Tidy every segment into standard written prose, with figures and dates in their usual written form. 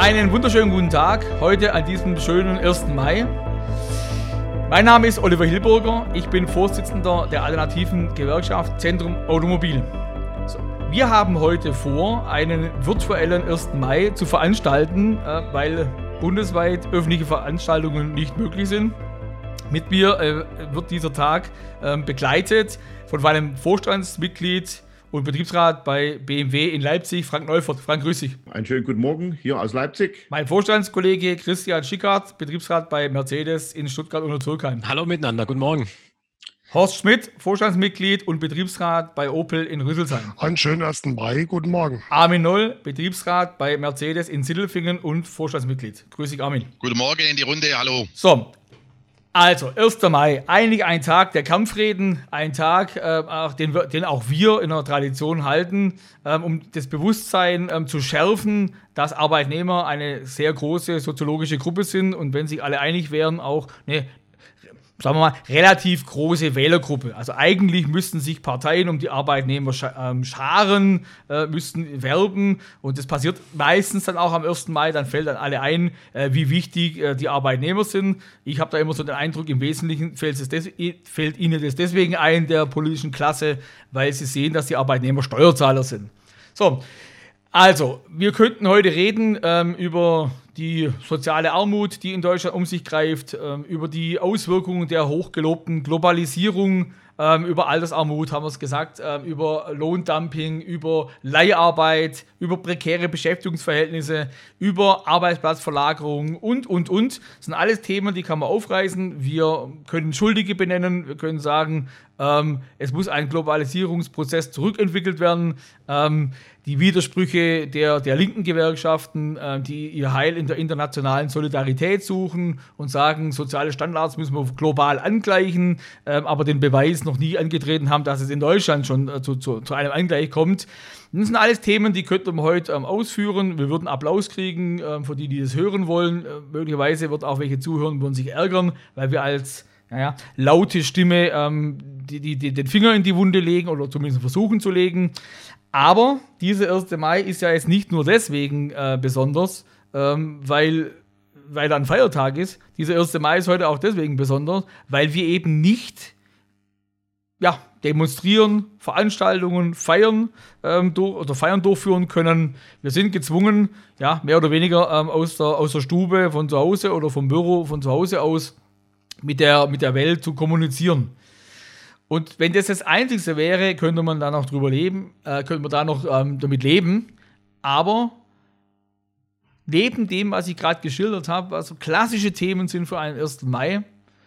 Einen wunderschönen guten Tag, heute an diesem schönen 1. Mai. Mein Name ist Oliver Hilberger, ich bin Vorsitzender der alternativen Gewerkschaft Zentrum Automobil. So, wir haben heute vor, einen virtuellen 1. Mai zu veranstalten, weil bundesweit öffentliche Veranstaltungen nicht möglich sind. Mit mir wird dieser Tag begleitet von meinem Vorstandsmitglied und Betriebsrat bei BMW in Leipzig, Frank Neufert. Frank, grüß dich. Einen schönen guten Morgen hier aus Leipzig. Mein Vorstandskollege Christian Schickhardt, Betriebsrat bei Mercedes in Stuttgart und Untertürkheim. Hallo miteinander, guten Morgen. Horst Schmidt, Vorstandsmitglied und Betriebsrat bei Opel in Rüsselsheim. Einen schönen 1. Mai, guten Morgen. Armin Noll, Betriebsrat bei Mercedes in Sindelfingen und Vorstandsmitglied. Grüß dich, Armin. Guten Morgen in die Runde, hallo. So, also 1. Mai, eigentlich ein Tag der Kampfreden, ein Tag, den auch wir in der Tradition halten, um das Bewusstsein zu schärfen, dass Arbeitnehmer eine sehr große soziologische Gruppe sind und wenn sich alle einig wären, auch eine, sagen wir mal, relativ große Wählergruppe. Also eigentlich müssten sich Parteien um die Arbeitnehmer scharen, müssten werben und das passiert meistens dann auch am 1. Mai, dann fällt dann alle ein, wie wichtig die Arbeitnehmer sind. Ich habe da immer so den Eindruck, im Wesentlichen fällt ihnen das deswegen ein, der politischen Klasse, weil sie sehen, dass die Arbeitnehmer Steuerzahler sind. So, also, wir könnten heute reden über die soziale Armut, die in Deutschland um sich greift, über die Auswirkungen der hochgelobten Globalisierung, über Altersarmut, haben wir es gesagt, über Lohndumping, über Leiharbeit, über prekäre Beschäftigungsverhältnisse, über Arbeitsplatzverlagerung und. Das sind alles Themen, die kann man aufreißen. Wir können Schuldige benennen, wir können sagen, es muss ein Globalisierungsprozess zurückentwickelt werden. Die Widersprüche der linken Gewerkschaften, die ihr Heil in der internationalen Solidarität suchen und sagen, soziale Standards müssen wir global angleichen, aber den Beweis noch nie angetreten haben, dass es in Deutschland schon zu einem Angleich kommt. Das sind alles Themen, die könnten wir heute ausführen. Wir würden Applaus kriegen für die das hören wollen. Möglicherweise wird auch welche zuhören, würden sich ärgern, weil wir als laute Stimme den Finger in die Wunde legen oder zumindest versuchen zu legen. Aber dieser 1. Mai ist ja jetzt nicht nur deswegen besonders, weil er ein Feiertag ist. Dieser 1. Mai ist heute auch deswegen besonders, weil wir eben nicht demonstrieren, Veranstaltungen feiern durchführen können. Wir sind gezwungen, mehr oder weniger aus der Stube von zu Hause oder vom Büro von zu Hause aus mit der Welt zu kommunizieren. Und wenn das Einzige wäre, könnte man da noch drüber leben, damit leben. Aber neben dem, was ich gerade geschildert habe, was so klassische Themen sind für einen 1. Mai,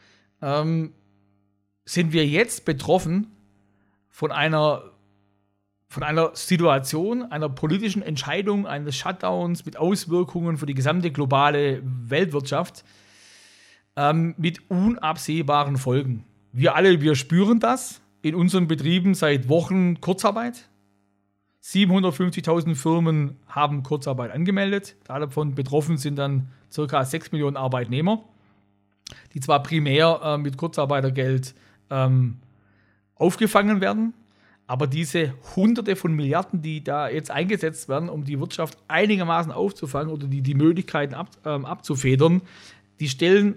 sind wir jetzt betroffen von einer Situation, einer politischen Entscheidung, eines Shutdowns mit Auswirkungen für die gesamte globale Weltwirtschaft, mit unabsehbaren Folgen. Wir spüren das in unseren Betrieben seit Wochen Kurzarbeit. 750.000 Firmen haben Kurzarbeit angemeldet. Davon betroffen sind dann ca. 6 Millionen Arbeitnehmer, die zwar primär mit Kurzarbeitergeld aufgefangen werden, aber diese Hunderte von Milliarden, die da jetzt eingesetzt werden, um die Wirtschaft einigermaßen aufzufangen oder die Möglichkeiten abzufedern, sie stehen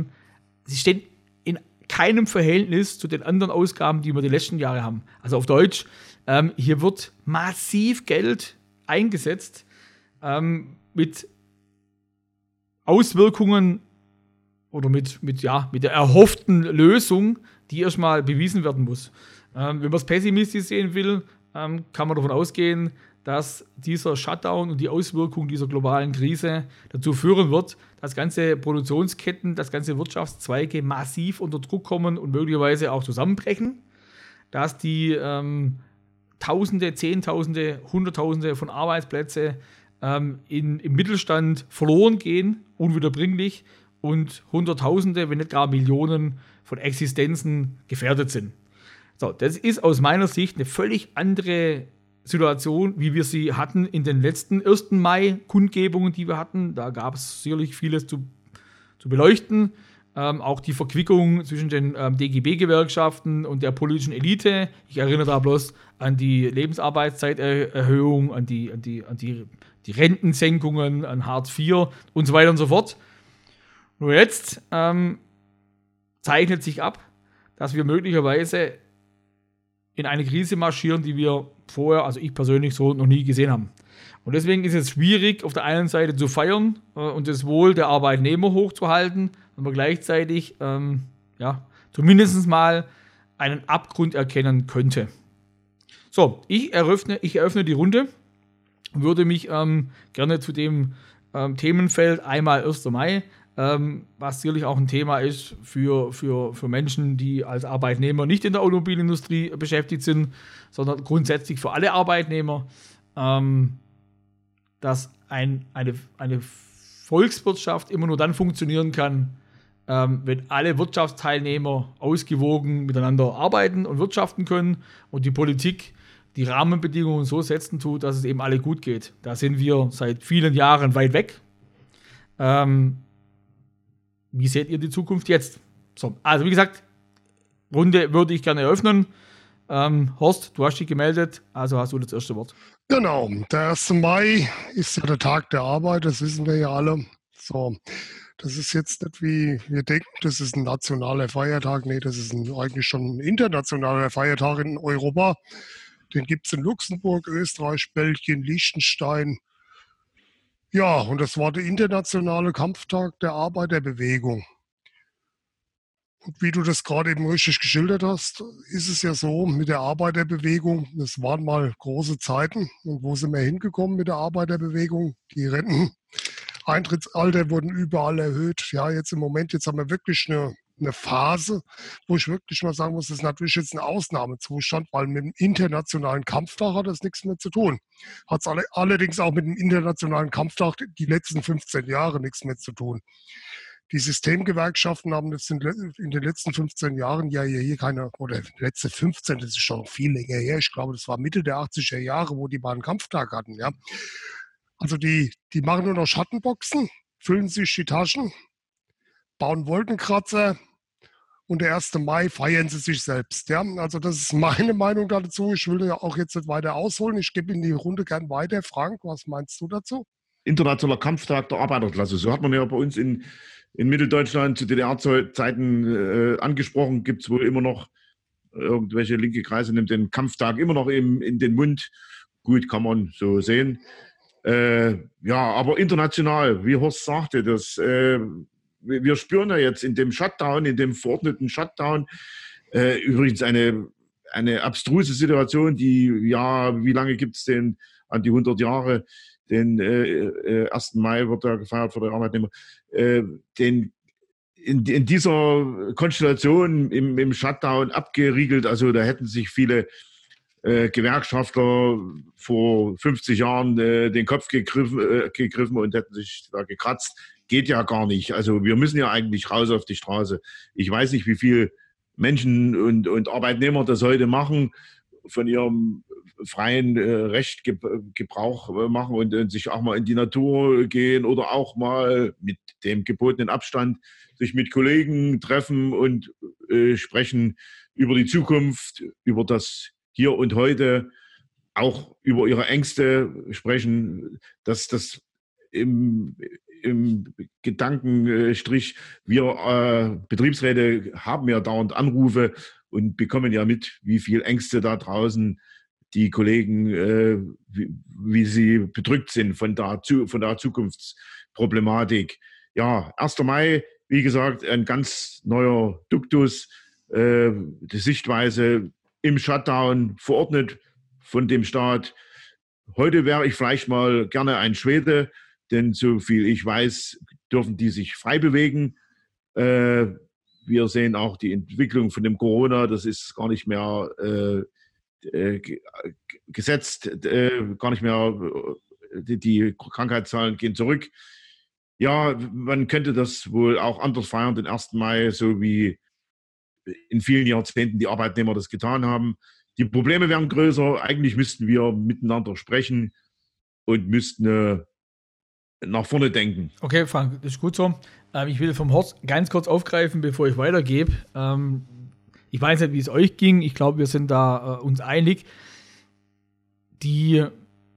in keinem Verhältnis zu den anderen Ausgaben, die wir die letzten Jahre haben. Also auf Deutsch, hier wird massiv Geld eingesetzt mit Auswirkungen oder mit der erhofften Lösung, die erstmal bewiesen werden muss. Wenn man es pessimistisch sehen will, kann man davon ausgehen, dass dieser Shutdown und die Auswirkungen dieser globalen Krise dazu führen wird, dass ganze Produktionsketten, dass ganze Wirtschaftszweige massiv unter Druck kommen und möglicherweise auch zusammenbrechen, dass die Tausende, Zehntausende, Hunderttausende von Arbeitsplätzen im Mittelstand verloren gehen, unwiederbringlich, und Hunderttausende, wenn nicht gar Millionen von Existenzen gefährdet sind. So, das ist aus meiner Sicht eine völlig andere Situation, wie wir sie hatten in den letzten 1. Mai-Kundgebungen, die wir hatten. Da gab es sicherlich vieles zu beleuchten. auch die Verquickung zwischen den DGB-Gewerkschaften und der politischen Elite. Ich erinnere da bloß an die Lebensarbeitszeiterhöhung, an die Rentensenkungen, an Hartz IV und so weiter und so fort. Nur jetzt zeichnet sich ab, dass wir möglicherweise in eine Krise marschieren, die wir vorher, also ich persönlich so noch nie gesehen haben. Und deswegen ist es schwierig, auf der einen Seite zu feiern und das Wohl der Arbeitnehmer hochzuhalten, wenn man gleichzeitig zumindest mal einen Abgrund erkennen könnte. So, ich eröffne die Runde und würde mich gerne zu dem Themenfeld einmal 1. Mai, was sicherlich auch ein Thema ist für Menschen, die als Arbeitnehmer nicht in der Automobilindustrie beschäftigt sind, sondern grundsätzlich für alle Arbeitnehmer, dass eine Volkswirtschaft immer nur dann funktionieren kann, wenn alle Wirtschaftsteilnehmer ausgewogen miteinander arbeiten und wirtschaften können und die Politik die Rahmenbedingungen so setzen tut, dass es eben alle gut geht. Da sind wir seit vielen Jahren weit weg. Wie seht ihr die Zukunft jetzt? So, also wie gesagt, Runde würde ich gerne eröffnen. Horst, du hast dich gemeldet, also hast du das erste Wort. Genau, der 1. Mai ist ja der Tag der Arbeit, das wissen wir ja alle. So, das ist jetzt nicht wie wir denken, das ist ein nationaler Feiertag. Nee, das ist eigentlich schon ein internationaler Feiertag in Europa. Den gibt es in Luxemburg, Österreich, Belgien, Liechtenstein. Ja, und das war der internationale Kampftag der Arbeiterbewegung. Und wie du das gerade eben richtig geschildert hast, ist es ja so mit der Arbeiterbewegung, das waren mal große Zeiten. Und wo sind wir hingekommen mit der Arbeiterbewegung? Die Renteneintrittsalter wurden überall erhöht. Ja, jetzt im Moment, jetzt haben wir wirklich eine Phase, wo ich wirklich mal sagen muss, das ist natürlich jetzt ein Ausnahmezustand, weil mit dem internationalen Kampftag hat das nichts mehr zu tun. Hat es allerdings auch mit dem internationalen Kampftag die letzten 15 Jahre nichts mehr zu tun. Die Systemgewerkschaften haben jetzt in den letzten 15 Jahren ja hier keine, oder letzte 15, das ist schon viel länger her, ich glaube, das war Mitte der 80er Jahre, wo die mal einen Kampftag hatten. Ja. Also die machen nur noch Schattenboxen, füllen sich die Taschen, bauen Wolkenkratzer und der 1. Mai feiern sie sich selbst. Ja. Also das ist meine Meinung dazu. Ich will ja auch jetzt nicht weiter ausholen. Ich gebe in die Runde gern weiter. Frank, was meinst du dazu? Internationaler Kampftag der Arbeiterklasse. So hat man ja bei uns in Mitteldeutschland zu DDR-Zeiten angesprochen. Gibt es wohl immer noch irgendwelche linke Kreise, nimmt den Kampftag immer noch in den Mund. Gut, kann man so sehen. Aber international, wie Horst sagte, wir spüren ja jetzt in dem Shutdown, in dem verordneten Shutdown, übrigens eine abstruse Situation, wie lange gibt es den an die 100 Jahre? Den 1. Mai wird da gefeiert für die Arbeitnehmer. In dieser Konstellation im Shutdown abgeriegelt, also da hätten sich viele Gewerkschaftler vor 50 Jahren den Kopf gegriffen und hätten sich da gekratzt. Geht ja gar nicht. Also wir müssen ja eigentlich raus auf die Straße. Ich weiß nicht, wie viele Menschen und Arbeitnehmer das heute machen, von ihrem freien Recht Gebrauch machen und sich auch mal in die Natur gehen oder auch mal mit dem gebotenen Abstand sich mit Kollegen treffen und sprechen über die Zukunft, über das Hier und Heute, auch über ihre Ängste sprechen, dass das im Gedankenstrich, wir Betriebsräte haben ja dauernd Anrufe und bekommen ja mit, wie viel Ängste da draußen die Kollegen, wie sie bedrückt sind von der Zukunftsproblematik. Ja, 1. Mai, wie gesagt, ein ganz neuer Duktus, die Sichtweise im Shutdown verordnet von dem Staat. Heute wäre ich vielleicht mal gerne ein Schwede, denn so viel ich weiß, dürfen die sich frei bewegen. Wir sehen auch die Entwicklung von dem Corona, das ist gar nicht mehr gesetzt, gar nicht mehr, die Krankheitszahlen gehen zurück. Ja, man könnte das wohl auch anders feiern, den 1. Mai, so wie in vielen Jahrzehnten die Arbeitnehmer das getan haben. Die Probleme werden größer. Eigentlich müssten wir miteinander sprechen und müssten nach vorne denken. Okay, Frank, das ist gut so. Ich will vom Horst ganz kurz aufgreifen, bevor ich weitergebe. Ich weiß nicht, wie es euch ging. Ich glaube, wir sind da uns einig. Die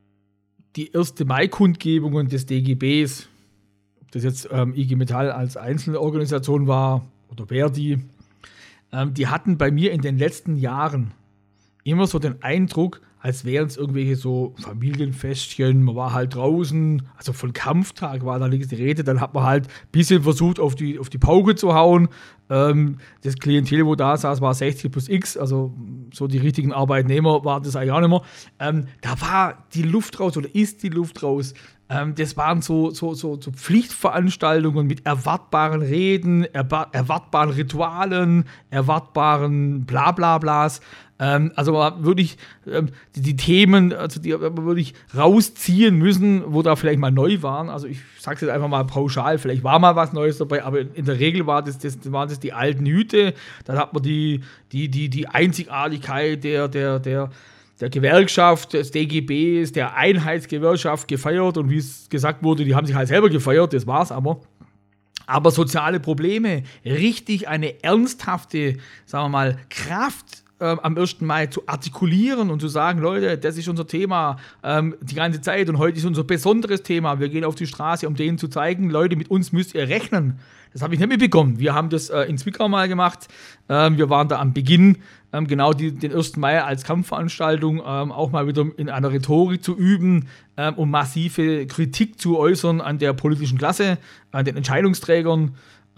1. Mai-Kundgebungen des DGBs, ob das jetzt IG Metall als einzelne Organisation war oder Verdi, die hatten bei mir in den letzten Jahren immer so den Eindruck, als wären es irgendwelche so Familienfestchen, man war halt draußen, also von Kampftag war da nichts die Rede, dann hat man halt ein bisschen versucht, auf die Pauke zu hauen. Das Klientel, wo da saß, war 60 plus X, also so die richtigen Arbeitnehmer waren das eigentlich auch nicht mehr. Da war die Luft raus oder ist die Luft raus. Das waren so Pflichtveranstaltungen mit erwartbaren Reden, erwartbaren Ritualen, erwartbaren Blablablas. Also man wirklich die Themen, also die man wirklich rausziehen müssen, wo da vielleicht mal neu waren. Also ich sage es jetzt einfach mal pauschal, vielleicht war mal was Neues dabei, aber in der Regel waren das die alten Hüte. Dann hat man die Einzigartigkeit der Gewerkschaft, des DGBs, der Einheitsgewerkschaft gefeiert und wie es gesagt wurde, die haben sich halt selber gefeiert, das war's aber. Aber soziale Probleme, richtig eine ernsthafte, sagen wir mal, Kraft am 1. Mai zu artikulieren und zu sagen, Leute, das ist unser Thema die ganze Zeit und heute ist unser besonderes Thema. Wir gehen auf die Straße, um denen zu zeigen, Leute, mit uns müsst ihr rechnen. Das habe ich nicht mitbekommen. Wir haben das in Zwickau mal gemacht. Wir waren da am Beginn, genau den 1. Mai als Kampfveranstaltung auch mal wieder in einer Rhetorik zu üben, um massive Kritik zu äußern an der politischen Klasse, an den Entscheidungsträgern.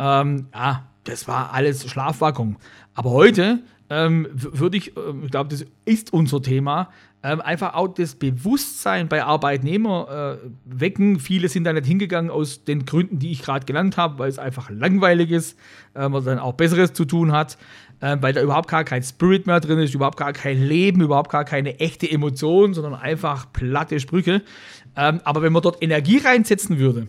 Das war alles Schlafwackung. Aber heute würde ich glaube, das ist unser Thema, einfach auch das Bewusstsein bei Arbeitnehmern wecken. Viele sind da nicht hingegangen aus den Gründen, die ich gerade genannt habe, weil es einfach langweilig ist, man dann auch Besseres zu tun hat, weil da überhaupt gar kein Spirit mehr drin ist, überhaupt gar kein Leben, überhaupt gar keine echte Emotion, sondern einfach platte Sprüche. Aber wenn man dort Energie reinsetzen würde,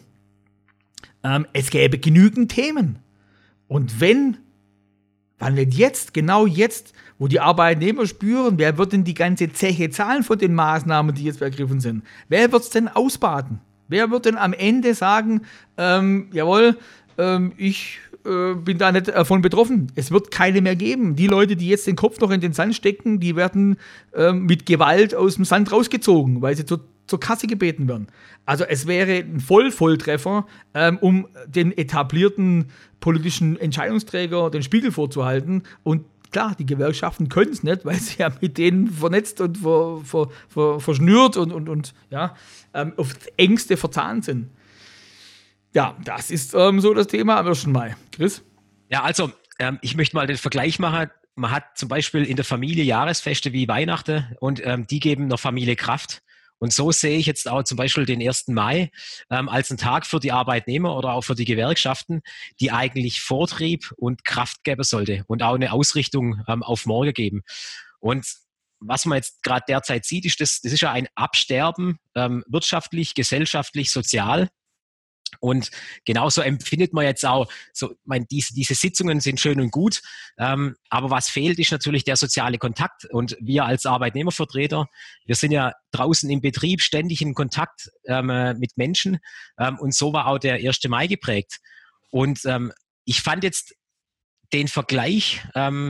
es gäbe genügend Themen. Und wann nicht jetzt, genau jetzt, wo die Arbeitnehmer spüren, wer wird denn die ganze Zeche zahlen von den Maßnahmen, die jetzt ergriffen sind? Wer wird es denn ausbaden? Wer wird denn am Ende sagen, jawohl, ich bin da nicht davon betroffen. Es wird keine mehr geben. Die Leute, die jetzt den Kopf noch in den Sand stecken, die werden mit Gewalt aus dem Sand rausgezogen, weil sie zur Kasse gebeten werden. Also es wäre ein Volltreffer, um den etablierten politischen Entscheidungsträger den Spiegel vorzuhalten. Und klar, die Gewerkschaften können es nicht, weil sie ja mit denen vernetzt und verschnürt und aufs Engste verzahnt sind. Ja, das ist so das Thema am 1. Mai. Chris? Ja, also ich möchte mal den Vergleich machen. Man hat zum Beispiel in der Familie Jahresfeste wie Weihnachten und die geben der Familie Kraft. Und so sehe ich jetzt auch zum Beispiel den 1. Mai als einen Tag für die Arbeitnehmer oder auch für die Gewerkschaften, die eigentlich Vortrieb und Kraft geben sollte und auch eine Ausrichtung auf morgen geben. Und was man jetzt gerade derzeit sieht, ist, das ist ja ein Absterben, wirtschaftlich, gesellschaftlich, sozial. Und genauso empfindet man jetzt auch, diese Sitzungen sind schön und gut, aber was fehlt, ist natürlich der soziale Kontakt. Und wir als Arbeitnehmervertreter, wir sind ja draußen im Betrieb ständig in Kontakt mit Menschen und so war auch der 1. Mai geprägt. Und ich fand jetzt den Vergleich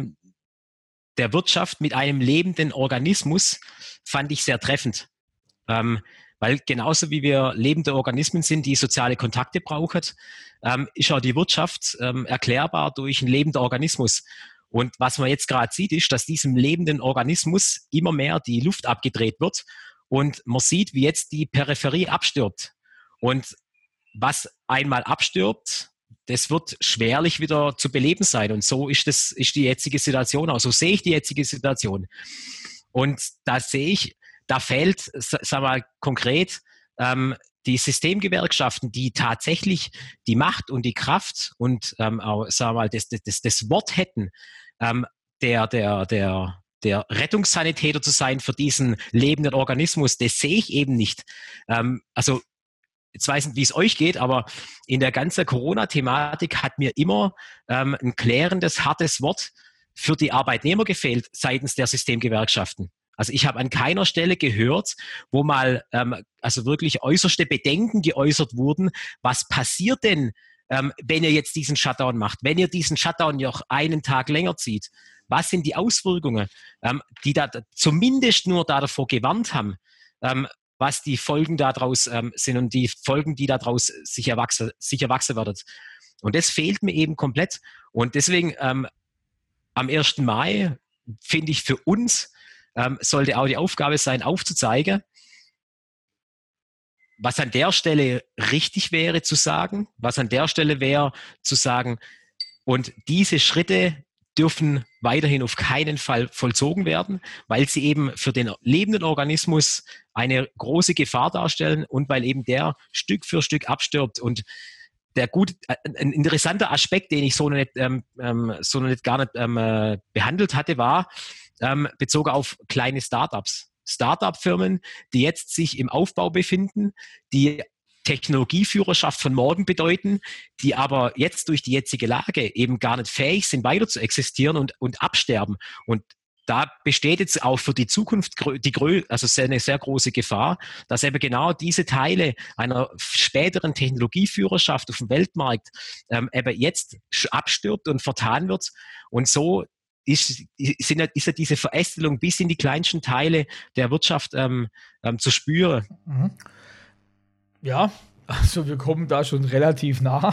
der Wirtschaft mit einem lebenden Organismus, fand ich sehr treffend. Weil genauso wie wir lebende Organismen sind, die soziale Kontakte brauchen, ist auch die Wirtschaft erklärbar durch einen lebenden Organismus. Und was man jetzt gerade sieht, ist, dass diesem lebenden Organismus immer mehr die Luft abgedreht wird und man sieht, wie jetzt die Peripherie abstirbt. Und was einmal abstirbt, das wird schwerlich wieder zu beleben sein. Und so ist die jetzige Situation auch. So sehe ich die jetzige Situation. Und da fehlt, sagen wir mal konkret, die Systemgewerkschaften, die tatsächlich die Macht und die Kraft und auch, sagen wir mal, das Wort hätten, der Rettungssanitäter zu sein für diesen lebenden Organismus, das sehe ich eben nicht. Also jetzt weiß ich nicht, wie es euch geht, aber in der ganzen Corona-Thematik hat mir immer ein klärendes, hartes Wort für die Arbeitnehmer gefehlt seitens der Systemgewerkschaften. Also ich habe an keiner Stelle gehört, wo mal also wirklich äußerste Bedenken geäußert wurden. Was passiert denn, wenn ihr jetzt diesen Shutdown macht? Wenn ihr diesen Shutdown noch einen Tag länger zieht? Was sind die Auswirkungen, die da zumindest nur davor gewarnt haben, was die Folgen daraus sind und die Folgen, die daraus sich erwachsen werden. Und das fehlt mir eben komplett. Und deswegen am 1. Mai finde ich für uns, sollte auch die Aufgabe sein, aufzuzeigen, was an der Stelle richtig wäre zu sagen, was an der Stelle wäre zu sagen, und diese Schritte dürfen weiterhin auf keinen Fall vollzogen werden, weil sie eben für den lebenden Organismus eine große Gefahr darstellen und weil eben der Stück für Stück abstirbt. Und ein interessanter Aspekt, den ich so noch nicht gar nicht behandelt hatte, war bezogen auf kleine Startups. Startup-Firmen, die jetzt sich im Aufbau befinden, die Technologieführerschaft von morgen bedeuten, die aber jetzt durch die jetzige Lage eben gar nicht fähig sind, weiter zu existieren und absterben. Und da besteht jetzt auch für die Zukunft also eine sehr große Gefahr, dass eben genau diese Teile einer späteren Technologieführerschaft auf dem Weltmarkt eben jetzt abstirbt und vertan wird. Und so ist ja diese Verästelung bis in die kleinsten Teile der Wirtschaft zu spüren. Mhm. Ja, also wir kommen da schon relativ nah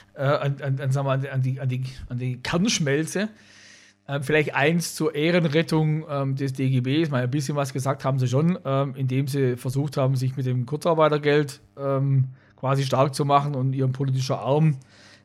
an die Kernschmelze. Vielleicht eins zur Ehrenrettung des DGBs. Mal ein bisschen was gesagt haben sie schon, indem sie versucht haben, sich mit dem Kurzarbeitergeld quasi stark zu machen und ihrem politischen Arm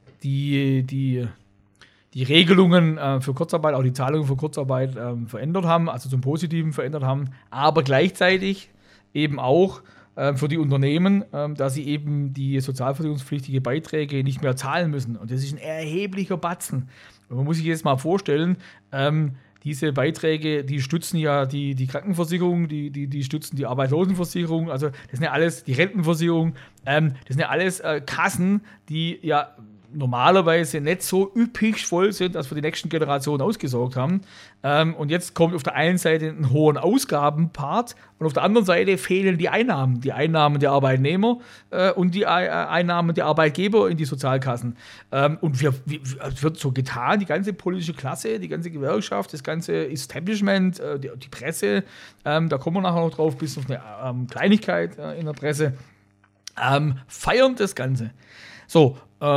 die Regelungen für Kurzarbeit, auch die Zahlungen für Kurzarbeit verändert haben, also zum Positiven verändert haben, aber gleichzeitig eben auch für die Unternehmen, dass sie eben die sozialversicherungspflichtige Beiträge nicht mehr zahlen müssen. Und das ist ein erheblicher Batzen. Und man muss sich jetzt mal vorstellen, diese Beiträge, die stützen ja die Krankenversicherung, die stützen die Arbeitslosenversicherung, also das sind ja alles, die Rentenversicherung, das sind ja alles Kassen, die ja normalerweise nicht so üppig voll sind, dass wir die nächsten Generationen ausgesorgt haben. Und jetzt kommt auf der einen Seite ein hohen Ausgabenpart und auf der anderen Seite fehlen die Einnahmen. Die Einnahmen der Arbeitnehmer und die Einnahmen der Arbeitgeber in die Sozialkassen. Und es wird so getan, die ganze politische Klasse, die ganze Gewerkschaft, das ganze Establishment, die Presse, da kommen wir nachher noch drauf, bis auf eine Kleinigkeit in der Presse, feiern das Ganze. So,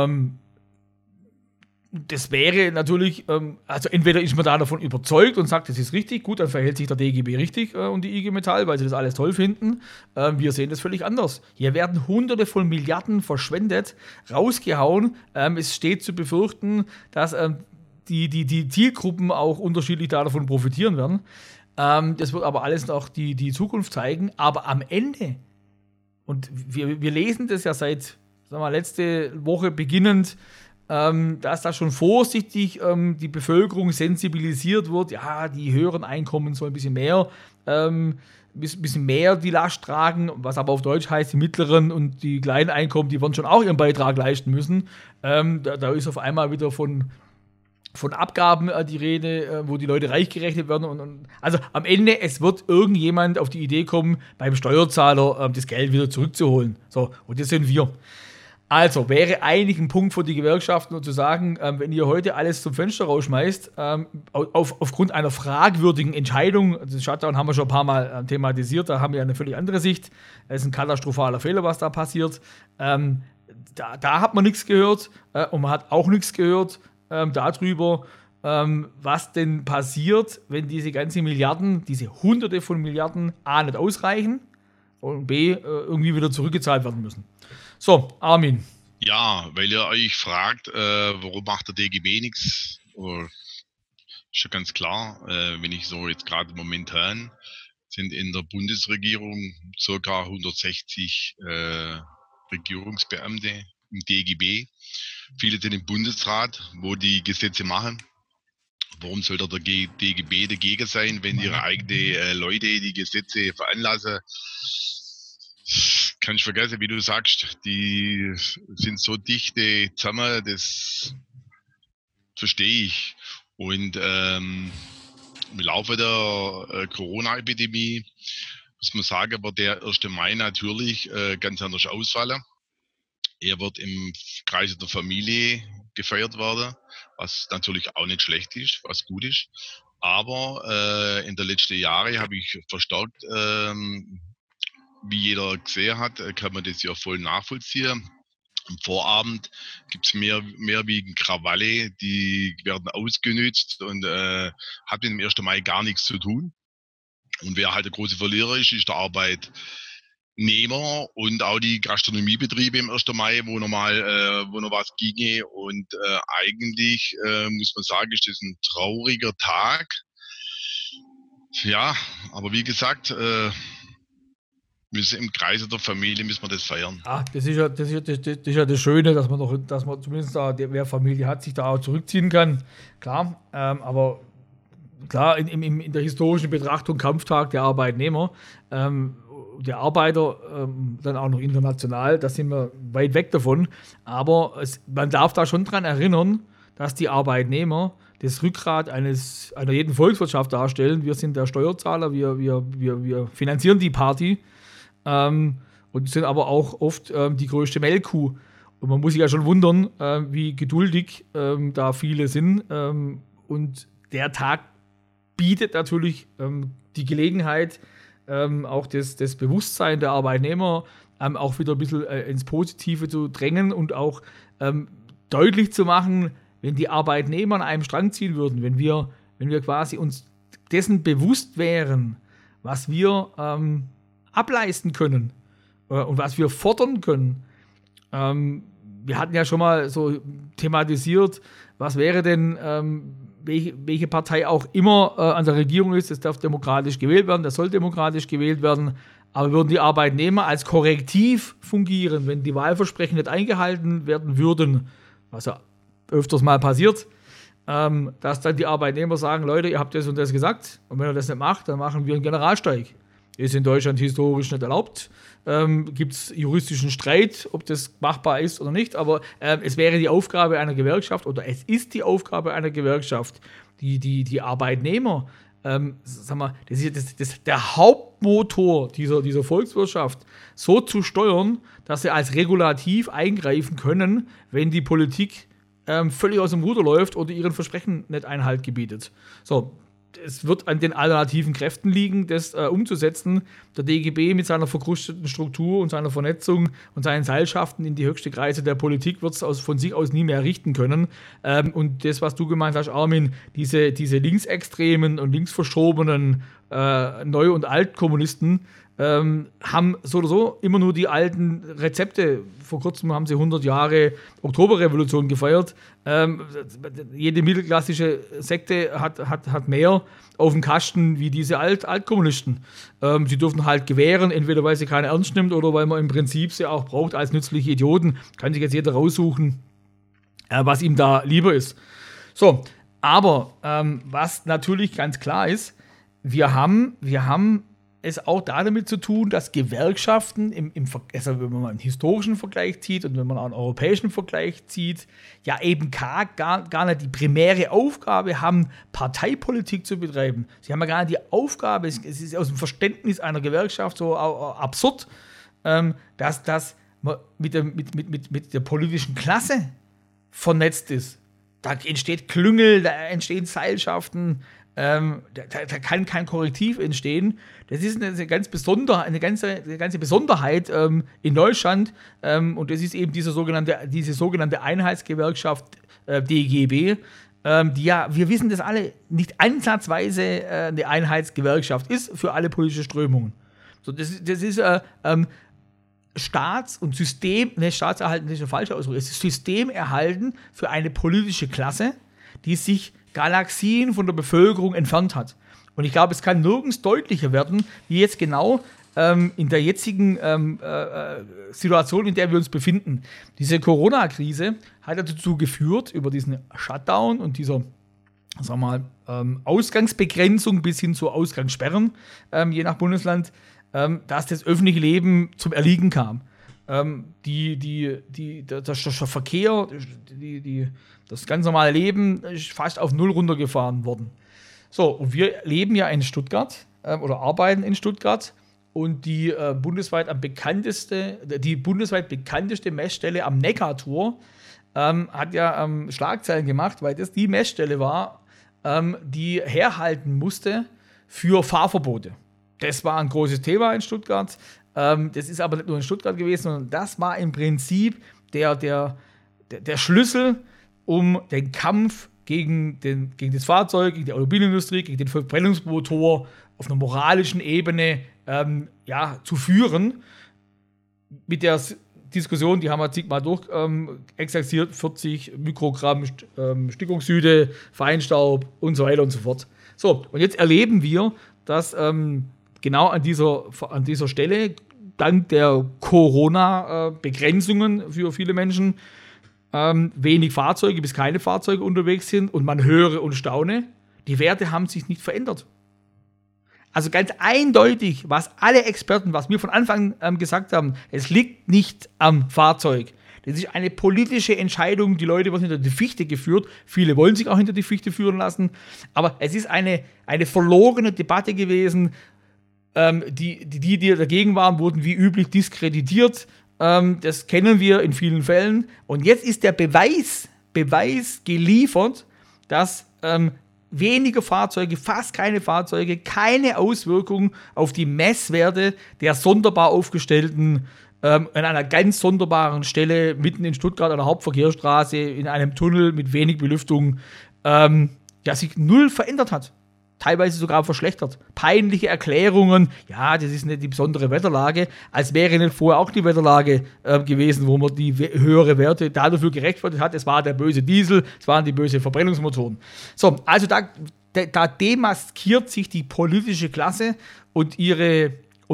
das wäre natürlich, also entweder ist man da davon überzeugt und sagt, das ist richtig, gut, dann verhält sich der DGB richtig und die IG Metall, weil sie das alles toll finden. Wir sehen das völlig anders. Hier werden Hunderte von Milliarden verschwendet, rausgehauen. Es steht zu befürchten, dass die Zielgruppen auch unterschiedlich davon profitieren werden. Das wird aber alles noch die Zukunft zeigen. Aber am Ende, und wir lesen das ja seit, sagen wir, letzte Woche beginnend, dass da schon vorsichtig die Bevölkerung sensibilisiert wird, ja, die höheren Einkommen sollen ein bisschen mehr die Last tragen, was aber auf Deutsch heißt, die mittleren und die kleinen Einkommen, die werden schon auch ihren Beitrag leisten müssen. Da ist auf einmal wieder von Abgaben die Rede, wo die Leute reich gerechnet werden. Also am Ende, es wird irgendjemand auf die Idee kommen, beim Steuerzahler das Geld wieder zurückzuholen. So, und das sind wir. Also wäre eigentlich ein Punkt für die Gewerkschaften, zu sagen, wenn ihr heute alles zum Fenster rausschmeißt, aufgrund einer fragwürdigen Entscheidung, das Shutdown haben wir schon ein paar Mal thematisiert, da haben wir eine völlig andere Sicht, es ist ein katastrophaler Fehler, was da passiert. Da hat man nichts gehört und man hat auch nichts gehört darüber, was denn passiert, wenn diese ganzen Milliarden, diese Hunderte von Milliarden A nicht ausreichen und B irgendwie wieder zurückgezahlt werden müssen. So, Armin. Ja, weil ihr euch fragt, warum macht der DGB nichts? Ist ja ganz klar, wenn ich so jetzt gerade momentan sind in der Bundesregierung ca. 160 Regierungsbeamte im DGB. Viele sind im Bundesrat, wo die Gesetze machen. Warum sollte der DGB dagegen sein, wenn ihre eigenen Leute die Gesetze veranlassen? Kann ich vergessen, wie du sagst, die sind so dichte zusammen, das verstehe ich. Und Im Laufe der Corona-Epidemie muss man sagen, wird der 1. Mai natürlich ganz anders ausfallen. Er wird im Kreise der Familie gefeiert werden, was natürlich auch nicht schlecht ist, was gut ist. Aber in den letzten Jahren habe ich verstärkt, wie jeder gesehen hat, kann man das ja voll nachvollziehen. Am Vorabend gibt es mehrwiegend Krawalle, die werden ausgenützt und hat mit dem 1. Mai gar nichts zu tun. Und wer halt der große Verlierer ist der Arbeitnehmer und auch die Gastronomiebetriebe im 1. Mai, wo noch was ginge. Und eigentlich muss man sagen, ist das ein trauriger Tag. Ja, aber wie gesagt, im Kreise der Familie müssen wir das feiern. Das ist ja das Schöne, dass man zumindest da, wer Familie hat, sich da auch zurückziehen kann. Klar, aber klar, in der historischen Betrachtung Kampftag der Arbeitnehmer, der Arbeiter, dann auch noch international, da sind wir weit weg davon. Aber man darf da schon dran erinnern, dass die Arbeitnehmer das Rückgrat einer jeden Volkswirtschaft darstellen. Wir sind der Steuerzahler, wir finanzieren die Party. Und sind aber auch oft die größte Melkkuh. Und man muss sich ja schon wundern, wie geduldig da viele sind. Und der Tag bietet natürlich die Gelegenheit, auch das Bewusstsein der Arbeitnehmer auch wieder ein bisschen ins Positive zu drängen und auch deutlich zu machen, wenn die Arbeitnehmer an einem Strang ziehen würden, wenn wir quasi uns dessen bewusst wären, was wir ableisten können und was wir fordern können. Wir hatten ja schon mal so thematisiert, was wäre denn, welche Partei auch immer an der Regierung ist, das darf demokratisch gewählt werden, das soll demokratisch gewählt werden, aber würden die Arbeitnehmer als Korrektiv fungieren, wenn die Wahlversprechen nicht eingehalten werden würden, was ja öfters mal passiert, dass dann die Arbeitnehmer sagen, Leute, ihr habt das und das gesagt und wenn ihr das nicht macht, dann machen wir einen Generalstreik. Ist in Deutschland historisch nicht erlaubt. Gibt es juristischen Streit, ob das machbar ist oder nicht. Aber es wäre die Aufgabe einer Gewerkschaft oder es ist die Aufgabe einer Gewerkschaft, die Arbeitnehmer, das ist der Hauptmotor dieser Volkswirtschaft, so zu steuern, dass sie als Regulativ eingreifen können, wenn die Politik völlig aus dem Ruder läuft oder ihren Versprechen nicht Einhalt gebietet. So. Es wird an den alternativen Kräften liegen, das umzusetzen. Der DGB mit seiner verkrusteten Struktur und seiner Vernetzung und seinen Seilschaften in die höchsten Kreise der Politik wird es von sich aus nie mehr richten können. Und das, was du gemeint hast, Armin, diese linksextremen und linksverschobenen Neu- und Altkommunisten haben so oder so immer nur die alten Rezepte. Vor kurzem haben sie 100 Jahre Oktoberrevolution gefeiert. Jede mittelklassische Sekte hat mehr auf dem Kasten wie diese Altkommunisten. Sie dürfen halt gewähren, entweder weil sie keiner ernst nimmt oder weil man im Prinzip sie auch braucht als nützliche Idioten. Kann sich jetzt jeder raussuchen, was ihm da lieber ist. So, aber was natürlich ganz klar ist, wir haben es auch damit zu tun, dass Gewerkschaften, also wenn man mal einen historischen Vergleich zieht und wenn man auch einen europäischen Vergleich zieht, ja eben gar nicht die primäre Aufgabe haben, Parteipolitik zu betreiben. Sie haben ja gar nicht die Aufgabe, es ist aus dem Verständnis einer Gewerkschaft so absurd, dass man mit der politischen Klasse vernetzt ist. Da entsteht Klüngel, da entstehen Seilschaften, da kann kein Korrektiv entstehen. Das ist eine ganze Besonderheit in Deutschland und das ist eben diese sogenannte Einheitsgewerkschaft DGB, die ja, wir wissen das alle, nicht ansatzweise eine Einheitsgewerkschaft ist für alle politische Strömungen. So, das ist Staats- und Staatserhalten ist ein falscher Ausdruck, es ist Systemerhalten für eine politische Klasse, die sich Galaxien von der Bevölkerung entfernt hat. Und ich glaube, es kann nirgends deutlicher werden, wie jetzt genau in der jetzigen Situation, in der wir uns befinden. Diese Corona-Krise hat dazu geführt, über diesen Shutdown und dieser Ausgangsbegrenzung bis hin zu Ausgangssperren, je nach Bundesland, dass das öffentliche Leben zum Erliegen kam. Der Verkehr, das ganz normale Leben ist fast auf Null runtergefahren worden. So, und wir leben ja in Stuttgart oder arbeiten in Stuttgart. Und die bundesweit bekannteste Messstelle am Neckartor hat ja Schlagzeilen gemacht, weil das die Messstelle war, die herhalten musste für Fahrverbote. Das war ein großes Thema in Stuttgart. Das ist aber nicht nur in Stuttgart gewesen, sondern das war im Prinzip der Schlüssel, um den Kampf gegen das Fahrzeug, gegen die Automobilindustrie, gegen den Verbrennungsmotor auf einer moralischen Ebene zu führen. Mit der Diskussion, die haben wir zigmal exerziert, 40 Mikrogramm Stickoxide, Feinstaub und so weiter und so fort. So, und jetzt erleben wir, dass genau an dieser Stelle, dank der Corona-Begrenzungen für viele Menschen, wenig Fahrzeuge bis keine Fahrzeuge unterwegs sind und man höre und staune, die Werte haben sich nicht verändert. Also ganz eindeutig, was alle Experten, was wir von Anfang an gesagt haben, es liegt nicht am Fahrzeug. Das ist eine politische Entscheidung, die Leute werden hinter die Fichte geführt. Viele wollen sich auch hinter die Fichte führen lassen. Aber es ist eine verlorene Debatte gewesen. Die dagegen waren, wurden wie üblich diskreditiert. Das kennen wir in vielen Fällen. Und jetzt ist der Beweis geliefert, dass wenige Fahrzeuge, fast keine Fahrzeuge, keine Auswirkung auf die Messwerte der sonderbar aufgestellten, an einer ganz sonderbaren Stelle mitten in Stuttgart an der Hauptverkehrsstraße, in einem Tunnel mit wenig Belüftung, sich null verändert hat. Teilweise sogar verschlechtert. Peinliche Erklärungen, ja, das ist nicht die besondere Wetterlage, als wäre nicht vorher auch die Wetterlage gewesen, wo man die höhere Werte dafür gerechtfertigt hat. Es war der böse Diesel, es waren die bösen Verbrennungsmotoren. So, also da demaskiert sich die politische Klasse und ihre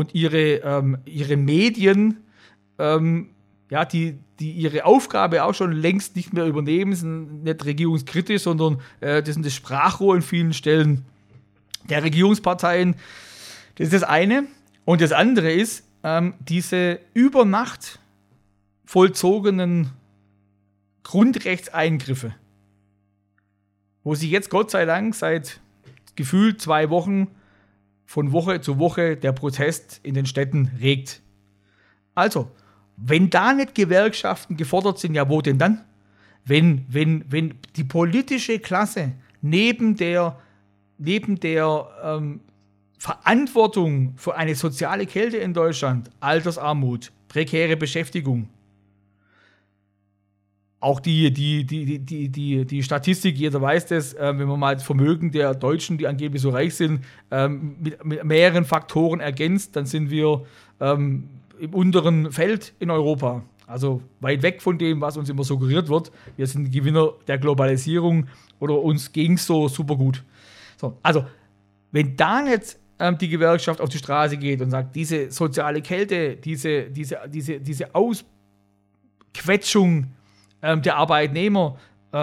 Medien, die ihre Aufgabe auch schon längst nicht mehr übernehmen, sind nicht regierungskritisch, sondern das sind das Sprachrohr in vielen Stellen der Regierungsparteien. Das ist das eine. Und das andere ist, diese über Nacht vollzogenen Grundrechtseingriffe, wo sich jetzt Gott sei Dank seit gefühlt 2 Wochen von Woche zu Woche der Protest in den Städten regt. Also, wenn da nicht Gewerkschaften gefordert sind, ja, wo denn dann? Wenn die politische Klasse neben der Verantwortung für eine soziale Kälte in Deutschland, Altersarmut, prekäre Beschäftigung, auch die Statistik, jeder weiß das, wenn man mal das Vermögen der Deutschen, die angeblich so reich sind, mit mehreren Faktoren ergänzt, dann sind wir im unteren Feld in Europa. Also weit weg von dem, was uns immer suggeriert wird. Wir sind Gewinner der Globalisierung oder uns ging es so super gut. So, also, wenn da nicht die Gewerkschaft auf die Straße geht und sagt, diese soziale Kälte, diese Ausquetschung der Arbeitnehmer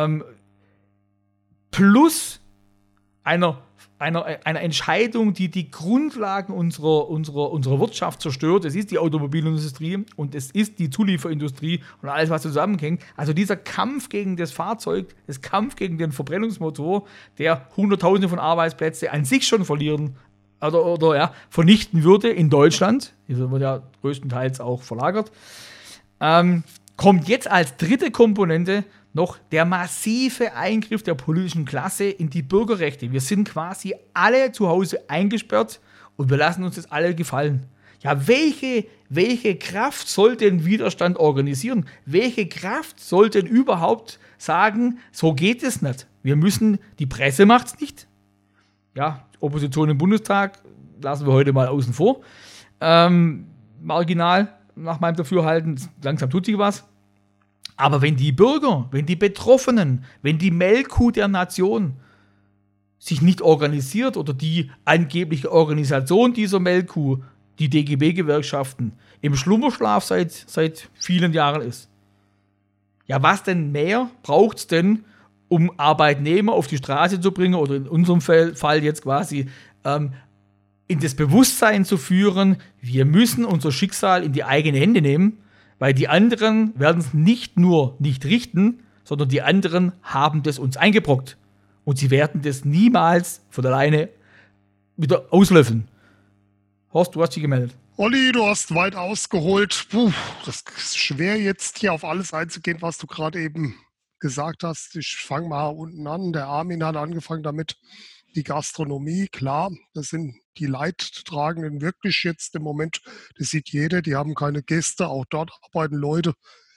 plus einer Entscheidung, die die Grundlagen unserer Wirtschaft zerstört, das ist die Automobilindustrie und es ist die Zulieferindustrie und alles, was zusammenhängt. Also dieser Kampf gegen das Fahrzeug, das Kampf gegen den Verbrennungsmotor, der Hunderttausende von Arbeitsplätzen an sich schon verlieren oder vernichten würde in Deutschland, hier wird ja größtenteils auch verlagert, kommt jetzt als dritte Komponente noch der massive Eingriff der politischen Klasse in die Bürgerrechte. Wir sind quasi alle zu Hause eingesperrt und wir lassen uns das alle gefallen. Ja, welche Kraft soll den Widerstand organisieren? Welche Kraft soll denn überhaupt sagen, so geht es nicht? Die Presse macht es nicht. Ja, Opposition im Bundestag lassen wir heute mal außen vor. Marginal, nach meinem Dafürhalten, langsam tut sich was. Aber wenn die Bürger, wenn die Betroffenen, wenn die Melkkuh der Nation sich nicht organisiert oder die angebliche Organisation dieser Melkkuh, die DGB-Gewerkschaften, im Schlummerschlaf seit vielen Jahren ist, ja, was denn mehr braucht es denn, um Arbeitnehmer auf die Straße zu bringen oder in unserem Fall jetzt quasi in das Bewusstsein zu führen, wir müssen unser Schicksal in die eigenen Hände nehmen, weil die anderen werden es nicht nur nicht richten, sondern die anderen haben das uns eingebrockt. Und sie werden das niemals von alleine wieder auslöffeln. Horst, du hast dich gemeldet. Olli, du hast weit ausgeholt. Puh, das ist schwer jetzt hier auf alles einzugehen, was du gerade eben gesagt hast. Ich fange mal unten an. Der Armin hat angefangen damit, die Gastronomie, klar, das sind die Leidtragenden wirklich jetzt im Moment, das sieht jeder, die haben keine Gäste, auch dort arbeiten Leute,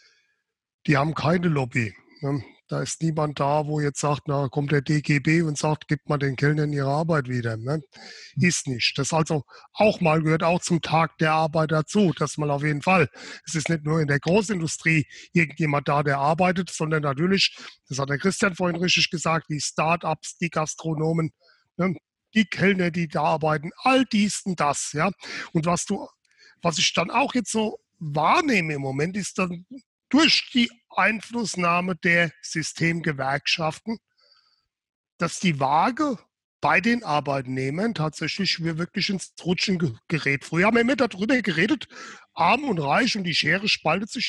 die haben keine Lobby. Ne? Da ist niemand da, wo jetzt sagt, na, kommt der DGB und sagt, gibt mal den Kellnern ihre Arbeit wieder. Ne? Ist nicht. Das also auch mal gehört auch zum Tag der Arbeit dazu, das mal auf jeden Fall. Es ist nicht nur in der Großindustrie irgendjemand da, der arbeitet, sondern natürlich, das hat der Christian vorhin richtig gesagt, die Start-ups, die Gastronomen, ne? Die Kellner, die da arbeiten, all dies und das. Ja? Und was ich dann auch jetzt so wahrnehme im Moment, ist dann durch die Einflussnahme der Systemgewerkschaften, dass die Waage bei den Arbeitnehmern tatsächlich wirklich ins Rutschen gerät. Früher haben wir immer darüber geredet, arm und reich, und die Schere spaltet sich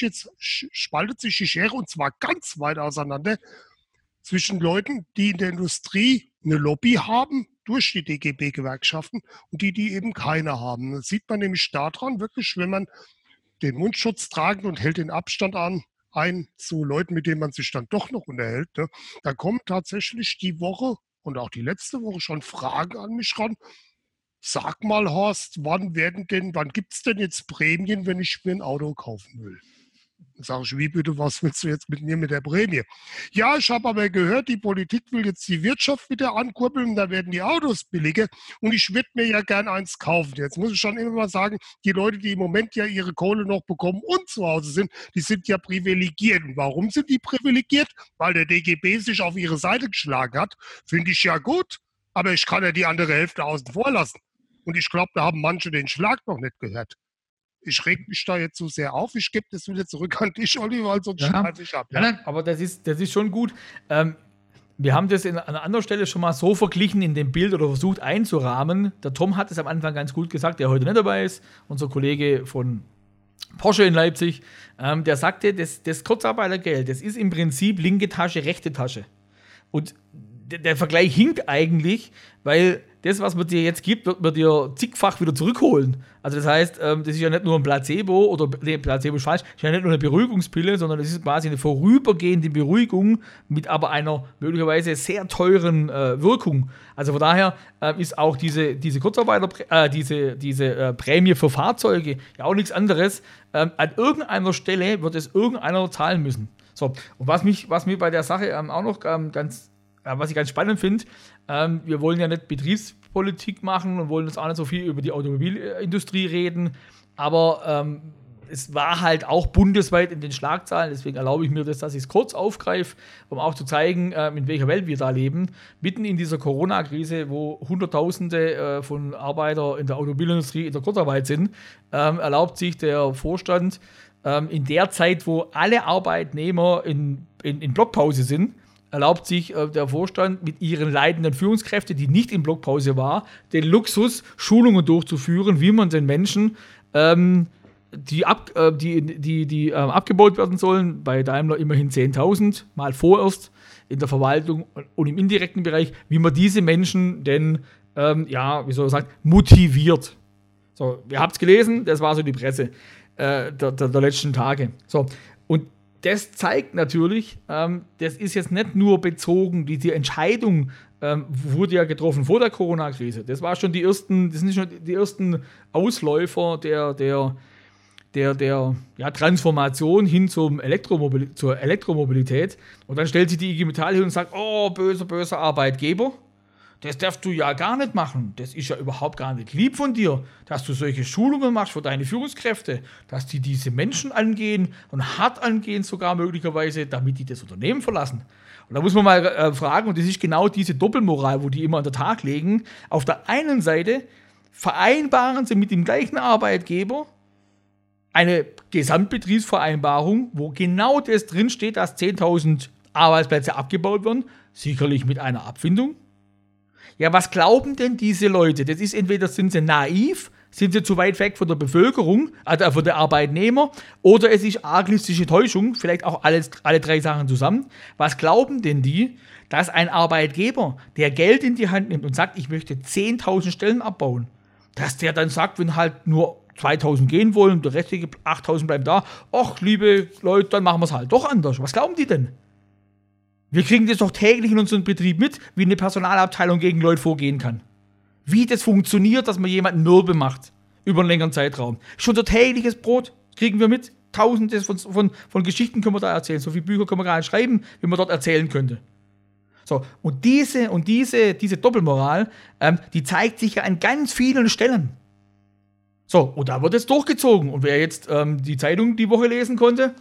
die Schere, und zwar ganz weit auseinander zwischen Leuten, die in der Industrie eine Lobby haben durch die DGB-Gewerkschaften und die eben keine haben. Das sieht man nämlich daran, wirklich, wenn man den Mundschutz tragen und hält den Abstand ein zu Leuten, mit denen man sich dann doch noch unterhält. Ne? Da kommen tatsächlich die Woche und auch die letzte Woche schon Fragen an mich ran. Sag mal, Horst, wann gibt es denn jetzt Prämien, wenn ich mir ein Auto kaufen will? Dann sage ich, wie bitte, was willst du jetzt mit mir mit der Prämie? Ja, ich habe aber gehört, die Politik will jetzt die Wirtschaft wieder ankurbeln und da werden die Autos billiger und ich würde mir ja gern eins kaufen. Jetzt muss ich schon immer mal sagen, die Leute, die im Moment ja ihre Kohle noch bekommen und zu Hause sind, die sind ja privilegiert. Und warum sind die privilegiert? Weil der DGB sich auf ihre Seite geschlagen hat. Finde ich ja gut, aber ich kann ja die andere Hälfte außen vor lassen. Und ich glaube, da haben manche den Schlag noch nicht gehört. Ich reg mich da jetzt so sehr auf. Ich gebe das wieder zurück an dich, Olli, weil sonst schreibe ich ab. Ja? Nein, aber das ist schon gut. Wir haben das an einer anderen Stelle schon mal so verglichen in dem Bild oder versucht einzurahmen. Der Tom hat es am Anfang ganz gut gesagt, der heute nicht dabei ist. Unser Kollege von Porsche in Leipzig. Der sagte, das Kurzarbeitergeld, das ist im Prinzip linke Tasche, rechte Tasche. Und der Vergleich hinkt eigentlich, weil das, was man dir jetzt gibt, wird man dir zigfach wieder zurückholen. Also das heißt, das ist ja nicht nur ein Placebo, Placebo ist falsch, das ist ja nicht nur eine Beruhigungspille, sondern das ist quasi eine vorübergehende Beruhigung mit aber einer möglicherweise sehr teuren Wirkung. Also von daher ist auch diese Prämie für Fahrzeuge ja auch nichts anderes. An irgendeiner Stelle wird es irgendeiner zahlen müssen. So, und was mir bei der Sache auch noch was ich ganz spannend finde, wir wollen ja nicht Betriebspolitik machen und wollen jetzt auch nicht so viel über die Automobilindustrie reden, aber es war halt auch bundesweit in den Schlagzeilen, deswegen erlaube ich mir das, dass ich es kurz aufgreife, um auch zu zeigen, in welcher Welt wir da leben. Mitten in dieser Corona-Krise, wo Hunderttausende von Arbeitern in der Automobilindustrie in der Kurzarbeit sind, erlaubt sich der Vorstand in der Zeit, wo alle Arbeitnehmer in Blockpause sind, erlaubt sich der Vorstand mit ihren leitenden Führungskräften, die nicht in Blockpause war, den Luxus, Schulungen durchzuführen, wie man den Menschen, die abgebaut werden sollen, bei Daimler immerhin 10.000, mal vorerst in der Verwaltung und im indirekten Bereich, wie man diese Menschen denn, motiviert. So, ihr habt es gelesen, das war so die Presse der letzten Tage. So, und das zeigt natürlich, das ist jetzt nicht nur bezogen, die Entscheidung wurde ja getroffen vor der Corona-Krise. Das sind schon die ersten Ausläufer der Transformation hin zur Elektromobilität. Und dann stellt sich die IG Metall hin und sagt, oh, böser Arbeitgeber, das darfst du ja gar nicht machen. Das ist ja überhaupt gar nicht lieb von dir, dass du solche Schulungen machst für deine Führungskräfte, dass die diese Menschen angehen und hart angehen sogar möglicherweise, damit die das Unternehmen verlassen. Und da muss man mal fragen, und das ist genau diese Doppelmoral, wo die immer an den Tag legen. Auf der einen Seite vereinbaren sie mit dem gleichen Arbeitgeber eine Gesamtbetriebsvereinbarung, wo genau das drinsteht, dass 10.000 Arbeitsplätze abgebaut werden, sicherlich mit einer Abfindung. Ja, was glauben denn diese Leute? Das ist entweder sind sie naiv, Sind sie zu weit weg von der Bevölkerung, also von der Arbeitnehmer? Oder es ist arglistische Täuschung, vielleicht auch alle drei Sachen zusammen. Was glauben denn die, dass ein Arbeitgeber, der Geld in die Hand nimmt und sagt, ich möchte 10.000 Stellen abbauen, dass der dann sagt, wenn halt nur 2.000 gehen wollen und der restliche 8.000 bleiben da, ach, liebe Leute, dann machen wir es halt doch anders. Was glauben die denn? Wir kriegen das doch täglich in unserem Betrieb mit, wie eine Personalabteilung gegen Leute vorgehen kann. Wie das funktioniert, dass man jemanden mürbe macht über einen längeren Zeitraum. Schon so tägliches Brot kriegen wir mit. Tausende von Geschichten können wir da erzählen. So viele Bücher können wir gar nicht schreiben, wie man dort erzählen könnte. So, und diese Doppelmoral, die zeigt sich ja an ganz vielen Stellen. So, und da wird es durchgezogen. Und wer jetzt die Zeitung die Woche lesen konnte,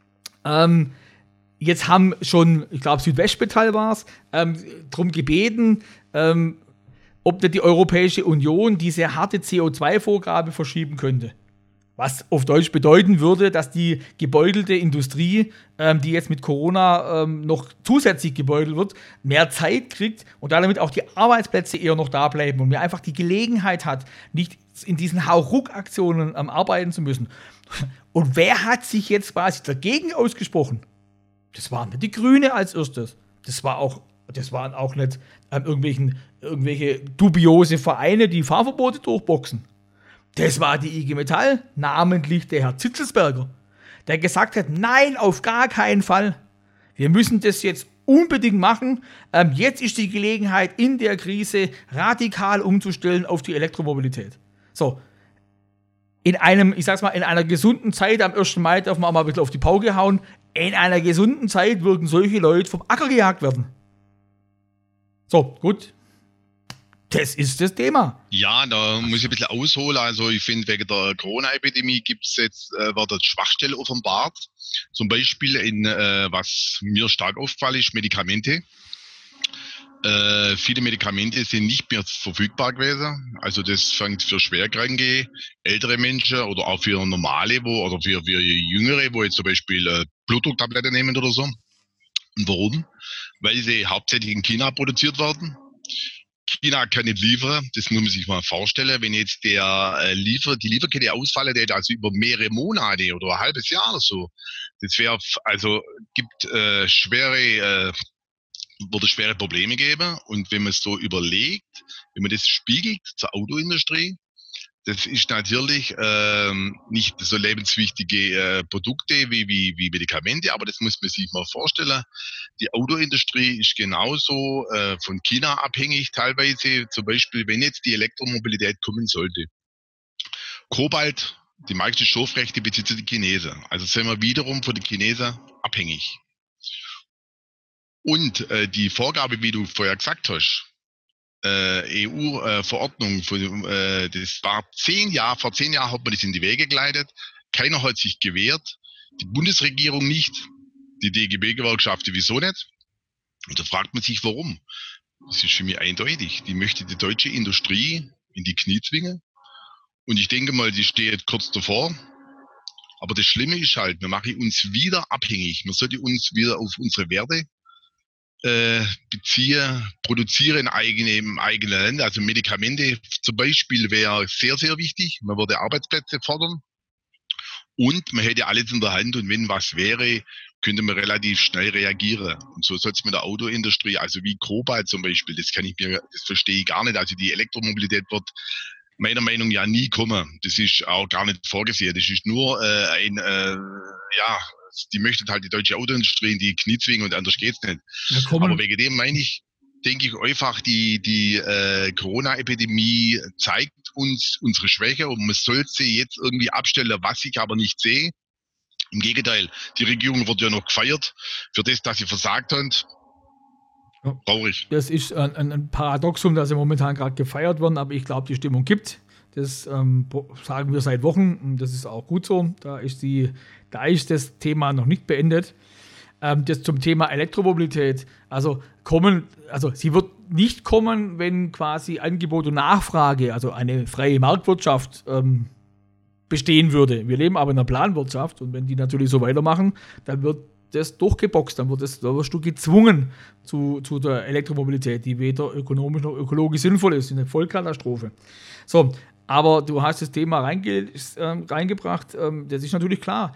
jetzt haben schon, ich glaube Südwestmetall war es, darum gebeten, ob nicht die Europäische Union diese harte CO2-Vorgabe verschieben könnte. Was auf Deutsch bedeuten würde, dass die gebeutelte Industrie, die jetzt mit Corona noch zusätzlich gebeutelt wird, mehr Zeit kriegt und damit auch die Arbeitsplätze eher noch da bleiben und mehr einfach die Gelegenheit hat, nicht in diesen Hauruck-Aktionen arbeiten zu müssen. Und wer hat sich jetzt quasi dagegen ausgesprochen? Das waren nicht die Grünen als erstes. Das waren auch nicht irgendwelche dubiose Vereine, die Fahrverbote durchboxen. Das war die IG Metall, namentlich der Herr Zitzelsberger, der gesagt hat, nein, auf gar keinen Fall. Wir müssen das jetzt unbedingt machen. Jetzt ist die Gelegenheit, in der Krise radikal umzustellen auf die Elektromobilität. So, in einer gesunden Zeit, am 1. Mai darf man auch mal ein bisschen auf die Pauke hauen, in einer gesunden Zeit würden solche Leute vom Acker gejagt werden. So, gut. Das ist das Thema. Ja, da muss ich ein bisschen ausholen. Also ich finde, wegen der Corona-Epidemie wird Schwachstelle offenbart. Zum Beispiel was mir stark aufgefallen ist, Medikamente. Viele Medikamente sind nicht mehr verfügbar gewesen. Also das fängt für Schwerkranke, ältere Menschen oder auch für normale oder für Jüngere, wo jetzt zum Beispiel Blutdrucktabletten nehmen oder so. Und warum? Weil sie hauptsächlich in China produziert werden. China kann nicht liefern, das muss man sich mal vorstellen. Wenn jetzt die Lieferkette ausfallen hätte, also über mehrere Monate oder ein halbes Jahr oder so, das wäre, also würde schwere Probleme geben. Und wenn man es so überlegt, wenn man das spiegelt zur Autoindustrie, das ist natürlich nicht so lebenswichtige Produkte wie Medikamente, aber das muss man sich mal vorstellen. Die Autoindustrie ist genauso von China abhängig teilweise, zum Beispiel, wenn jetzt die Elektromobilität kommen sollte. Kobalt, die meisten Stoffrechte besitzen die Chinesen. Also sind wir wiederum von den Chinesen abhängig. Und die Vorgabe, wie du vorher gesagt hast, EU-Verordnung, das war vor 10 Jahren hat man das in die Wege geleitet. Keiner hat sich gewehrt. Die Bundesregierung nicht, die DGB-Gewerkschaften wieso nicht? Und da fragt man sich, warum? Das ist für mich eindeutig. Die möchte die deutsche Industrie in die Knie zwingen. Und ich denke mal, die steht kurz davor. Aber das Schlimme ist halt, wir machen uns wieder abhängig. Wir sollten uns wieder auf unsere Werte produzieren im eigenen Land. Also Medikamente zum Beispiel wäre sehr, sehr wichtig. Man würde Arbeitsplätze fordern und man hätte alles in der Hand und wenn was wäre, könnte man relativ schnell reagieren. Und so soll es mit der Autoindustrie, also wie Kobalt zum Beispiel, das verstehe ich gar nicht. Also die Elektromobilität wird meiner Meinung nach nie kommen. Das ist auch gar nicht vorgesehen. Das ist nur die möchten halt die deutsche Autoindustrie in die Knie zwingen und anders geht's nicht. Ja, aber wegen dem denke ich einfach, die Corona-Epidemie zeigt uns unsere Schwäche und man soll sie jetzt irgendwie abstellen, was ich aber nicht sehe. Im Gegenteil, die Regierung wird ja noch gefeiert für das, dass sie versagt hat. Traurig. Das ist ein Paradoxum, dass sie momentan gerade gefeiert werden, aber ich glaube, die Stimmung gibt. Das sagen wir seit Wochen und das ist auch gut so. Da ist das Thema noch nicht beendet. Das zum Thema Elektromobilität. Also sie wird nicht kommen, wenn quasi Angebot und Nachfrage, also eine freie Marktwirtschaft bestehen würde. Wir leben aber in einer Planwirtschaft und wenn die natürlich so weitermachen, dann wird das durchgeboxt, dann wirst du gezwungen zu der Elektromobilität, die weder ökonomisch noch ökologisch sinnvoll ist. Eine Vollkatastrophe. So, Aber du hast das Thema reingebracht. Das ist natürlich klar.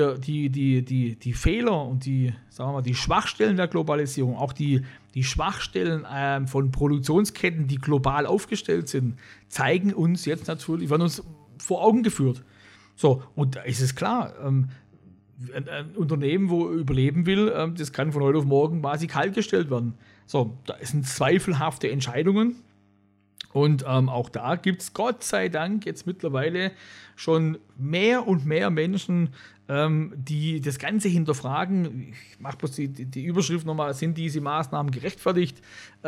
Die Fehler und die Schwachstellen der Globalisierung, auch die Schwachstellen von Produktionsketten, die global aufgestellt sind, zeigen uns jetzt natürlich, werden uns vor Augen geführt. So, und da ist es klar, ein Unternehmen, wo überleben will, das kann von heute auf morgen quasi kaltgestellt werden. So, da sind zweifelhafte Entscheidungen. Und auch da gibt es Gott sei Dank jetzt mittlerweile schon mehr und mehr Menschen, die das Ganze hinterfragen. Ich mache bloß die Überschrift nochmal, sind diese Maßnahmen gerechtfertigt?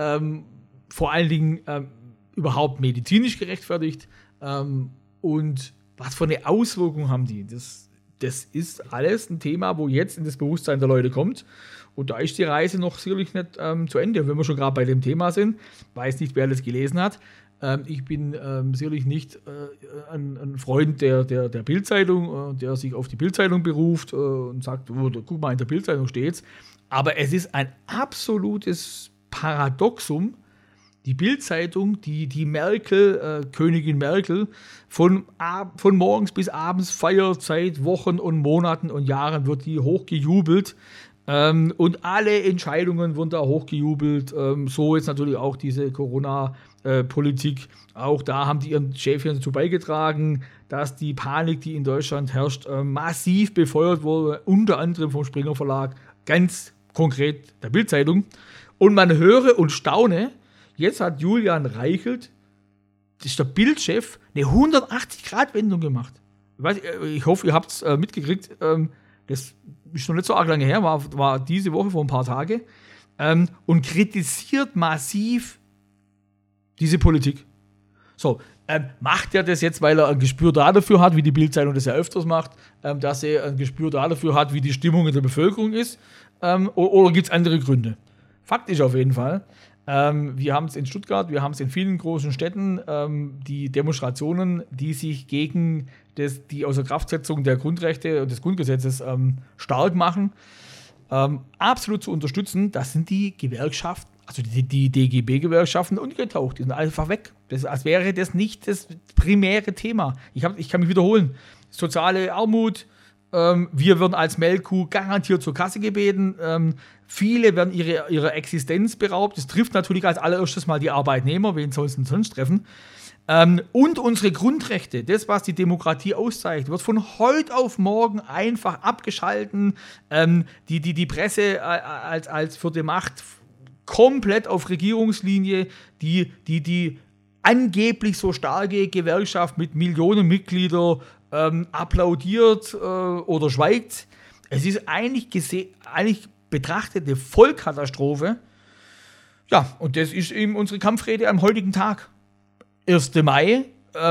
Vor allen Dingen überhaupt medizinisch gerechtfertigt? Und was für eine Auswirkung haben die? Das ist alles ein Thema, wo jetzt in das Bewusstsein der Leute kommt. Und da ist die Reise noch sicherlich nicht zu Ende. Wenn wir schon gerade bei dem Thema sind, weiß nicht, wer das gelesen hat. Ich bin sicherlich nicht ein Freund der Bild-Zeitung, der sich auf die Bild-Zeitung beruft und sagt, guck mal, in der Bild-Zeitung steht's. Aber es ist ein absolutes Paradoxum, die Bild-Zeitung, die Merkel, Königin Merkel, von morgens bis abends feiert, seit Wochen und Monaten und Jahren wird die hochgejubelt. Und alle Entscheidungen wurden da hochgejubelt. So ist natürlich auch diese Corona-Politik. Auch da haben die ihren Schäfchen dazu beigetragen, dass die Panik, die in Deutschland herrscht, massiv befeuert wurde, unter anderem vom Springer Verlag, ganz konkret der Bild-Zeitung. Und man höre und staune, jetzt hat Julian Reichelt, das ist der Bild-Chef, eine 180-Grad-Wendung gemacht. Ich hoffe, ihr habt es mitgekriegt. Das ist noch nicht so arg lange her, war diese Woche vor ein paar Tagen. Und kritisiert massiv diese Politik. So, macht er das jetzt, weil er ein Gespür dafür hat, wie die Bild-Zeitung das ja öfters macht, dass er ein Gespür dafür hat, wie die Stimmung in der Bevölkerung ist? Oder gibt es andere Gründe? Fakt ist auf jeden Fall, wir haben es in Stuttgart, wir haben es in vielen großen Städten, die Demonstrationen, die sich gegen die Außerkraftsetzung der Grundrechte und des Grundgesetzes stark machen, absolut zu unterstützen. Das sind die Gewerkschaften, also die DGB-Gewerkschaften untergetaucht, die sind einfach weg. Als wäre das nicht das primäre Thema. Ich kann mich wiederholen. Soziale Armut, wir werden als Melkkuh garantiert zur Kasse gebeten. Viele werden ihrer Existenz beraubt. Das trifft natürlich als allererstes mal die Arbeitnehmer. Wen soll es denn sonst treffen? Und unsere Grundrechte, das, was die Demokratie auszeichnet, wird von heute auf morgen einfach abgeschalten. Die Presse als vierte Macht komplett auf Regierungslinie. Die angeblich so starke Gewerkschaft mit Millionen Mitgliedern applaudiert oder schweigt. Es ist eigentlich betrachtet eine Vollkatastrophe. Ja, und das ist eben unsere Kampfrede am heutigen Tag. 1. Mai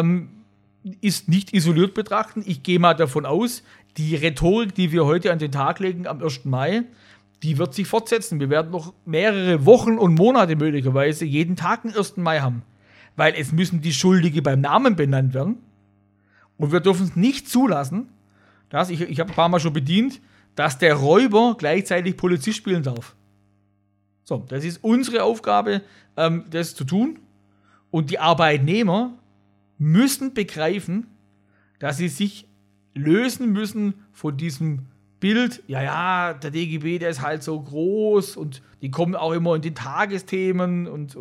ist nicht isoliert betrachten. Ich gehe mal davon aus, die Rhetorik, die wir heute an den Tag legen am 1. Mai, die wird sich fortsetzen. Wir werden noch mehrere Wochen und Monate möglicherweise jeden Tag den 1. Mai haben. Weil es müssen die Schuldige beim Namen benannt werden. Und wir dürfen es nicht zulassen, dass, ich habe ein paar Mal schon bedient, dass der Räuber gleichzeitig Polizist spielen darf. So, das ist unsere Aufgabe, das zu tun. Und die Arbeitnehmer müssen begreifen, dass sie sich lösen müssen von diesem Bild, der DGB, der ist halt so groß und die kommen auch immer in den Tagesthemen und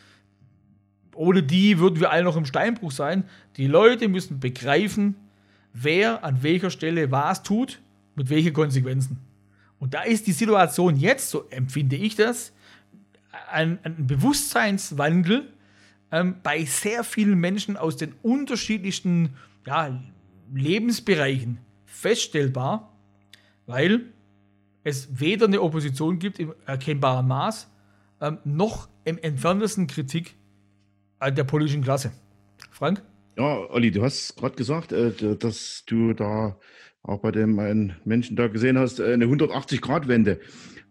ohne die würden wir alle noch im Steinbruch sein. Die Leute müssen begreifen, wer an welcher Stelle was tut, mit welchen Konsequenzen. Und da ist die Situation jetzt, so empfinde ich das, ein Bewusstseinswandel bei sehr vielen Menschen aus den unterschiedlichsten Lebensbereichen feststellbar, weil es weder eine Opposition gibt im erkennbaren Maß, noch im entferntesten Kritik an der politischen Klasse. Frank? Ja, Olli, du hast gerade gesagt, dass du da auch bei dem einen Menschen da gesehen hast, eine 180-Grad-Wende.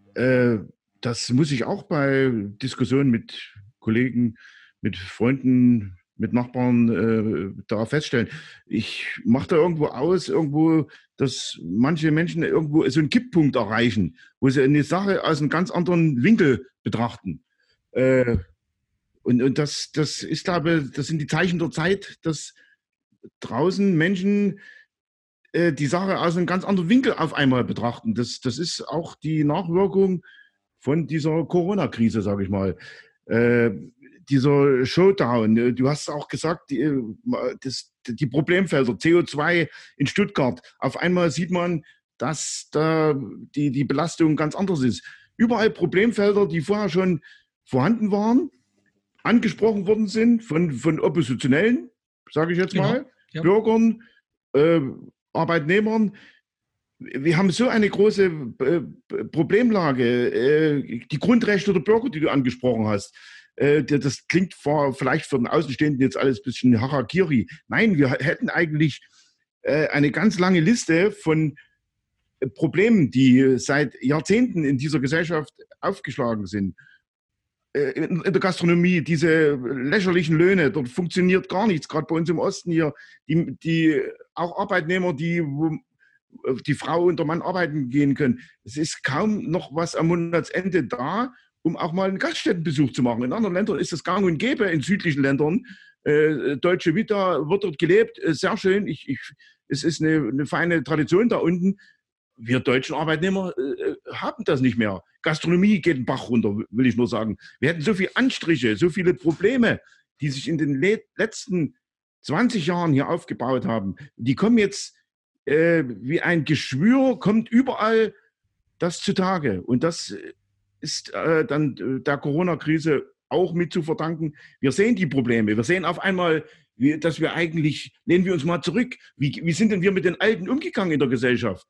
Das muss ich auch bei Diskussionen mit Kollegen, mit Freunden, mit Nachbarn da feststellen. Ich mache da irgendwo dass manche Menschen irgendwo so einen Kipppunkt erreichen, wo sie eine Sache aus einem ganz anderen Winkel betrachten. Und das ist, glaube ich, das sind die Zeichen der Zeit, dass draußen Menschen die Sache aus einem ganz anderen Winkel auf einmal betrachten. Das ist auch die Nachwirkung von dieser Corona-Krise, sage ich mal. Dieser Showdown, du hast auch gesagt, die Problemfelder, CO2 in Stuttgart, auf einmal sieht man, dass da die Belastung ganz anders ist. Überall Problemfelder, die vorher schon vorhanden waren, angesprochen worden sind von Oppositionellen, sage ich jetzt mal, ja. Bürgern, Arbeitnehmern. Wir haben so eine große Problemlage. Die Grundrechte der Bürger, die du angesprochen hast, das klingt vielleicht für den Außenstehenden jetzt alles ein bisschen Harakiri. Nein, wir hätten eigentlich eine ganz lange Liste von Problemen, die seit Jahrzehnten in dieser Gesellschaft aufgeschlagen sind. In der Gastronomie, diese lächerlichen Löhne, dort funktioniert gar nichts, gerade bei uns im Osten hier. Die auch Arbeitnehmer, wo die Frau und der Mann arbeiten gehen können. Es ist kaum noch was am Monatsende da, um auch mal einen Gaststättenbesuch zu machen. In anderen Ländern ist das gang und gäbe, in südlichen Ländern. Deutsche Vita wird dort gelebt, sehr schön. Es ist eine feine Tradition da unten. Wir deutschen Arbeitnehmer haben das nicht mehr. Gastronomie geht den Bach runter, will ich nur sagen. Wir hätten so viele Anstriche, so viele Probleme, die sich in den letzten 20 Jahren hier aufgebaut haben. Die kommen jetzt wie ein Geschwür, kommt überall das zutage. Und das ist dann der Corona-Krise auch mit zu verdanken. Wir sehen die Probleme. Wir sehen auf einmal, dass wir eigentlich, lehnen wir uns mal zurück, wie sind denn wir mit den Alten umgegangen in der Gesellschaft?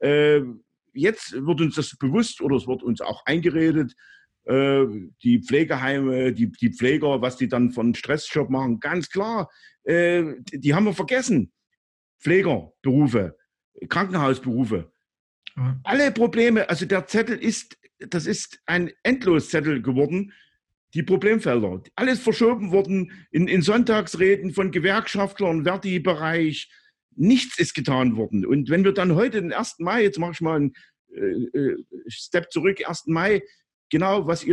Jetzt wird uns das bewusst oder es wird uns auch eingeredet, die Pflegeheime, die Pfleger, was die dann von Stressjob machen, ganz klar, die haben wir vergessen. Pflegerberufe, Krankenhausberufe, alle Probleme, also das ist ein Endloszettel geworden, die Problemfelder, alles verschoben worden in Sonntagsreden von Gewerkschaftlern, Verdi-Bereich. Nichts ist getan worden. Und wenn wir dann heute den 1. Mai, jetzt mache ich mal einen Step zurück, 1. Mai, genau, wie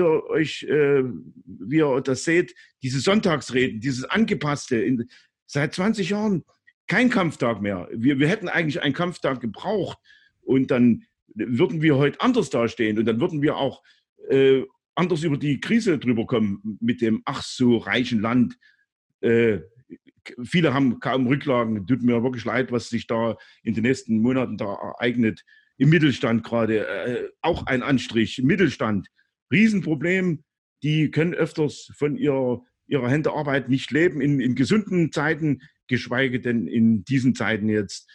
ihr das seht, diese Sonntagsreden, dieses Angepasste, seit 20 Jahren kein Kampftag mehr. Wir hätten eigentlich einen Kampftag gebraucht und dann würden wir heute anders dastehen und dann würden wir auch anders über die Krise drüber kommen mit dem ach so reichen Land. Viele haben kaum Rücklagen. Tut mir wirklich leid, was sich da in den nächsten Monaten da ereignet. Im Mittelstand gerade auch ein Anstrich. Mittelstand, Riesenproblem. Die können öfters von ihrer Hände Arbeit nicht leben in gesunden Zeiten, geschweige denn in diesen Zeiten jetzt.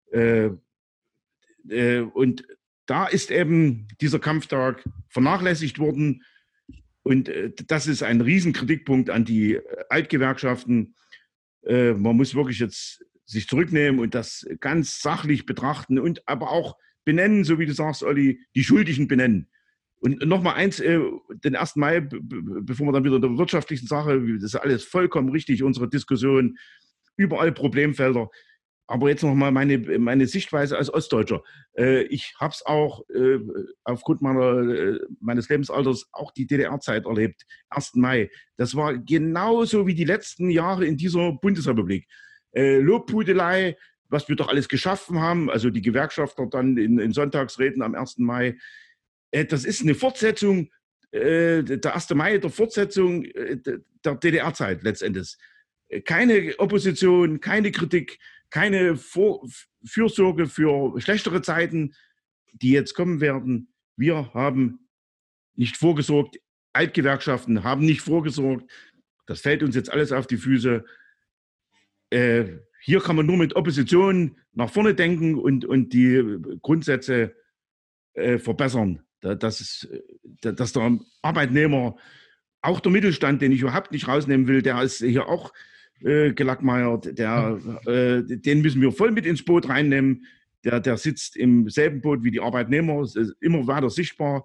Und da ist eben dieser Kampftag vernachlässigt worden. Und das ist ein Riesenkritikpunkt an die Altgewerkschaften. Man muss wirklich jetzt sich zurücknehmen und das ganz sachlich betrachten und aber auch benennen, so wie du sagst, Olli, die Schuldigen benennen. Und nochmal eins, den 1. Mai, bevor wir dann wieder in der wirtschaftlichen Sache, das ist alles vollkommen richtig, unsere Diskussion, überall Problemfelder. Aber jetzt nochmal meine Sichtweise als Ostdeutscher. Ich habe es auch aufgrund meines Lebensalters auch die DDR-Zeit erlebt, 1. Mai. Das war genauso wie die letzten Jahre in dieser Bundesrepublik. Lobhudelei, was wir doch alles geschaffen haben, also die Gewerkschafter dann in Sonntagsreden am 1. Mai. Das ist eine Fortsetzung, der 1. Mai der Fortsetzung der DDR-Zeit letztendlich. Keine Opposition, keine Kritik, keine Fürsorge für schlechtere Zeiten, die jetzt kommen werden. Wir haben nicht vorgesorgt, Altgewerkschaften haben nicht vorgesorgt. Das fällt uns jetzt alles auf die Füße. Hier kann man nur mit Opposition nach vorne denken und die Grundsätze verbessern. Dass der Arbeitnehmer, auch der Mittelstand, den ich überhaupt nicht rausnehmen will, der ist hier auch gelackmeiert, den müssen wir voll mit ins Boot reinnehmen. Der sitzt im selben Boot wie die Arbeitnehmer, ist immer weiter sichtbar.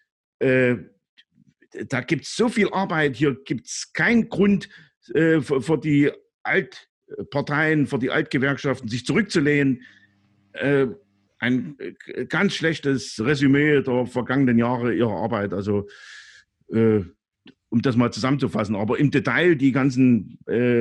Da gibt es so viel Arbeit, hier gibt es keinen Grund für die Altparteien, für die Altgewerkschaften, sich zurückzulehnen. Ein ganz schlechtes Resümee der vergangenen Jahre ihrer Arbeit. Also um das mal zusammenzufassen. Aber im Detail die ganzen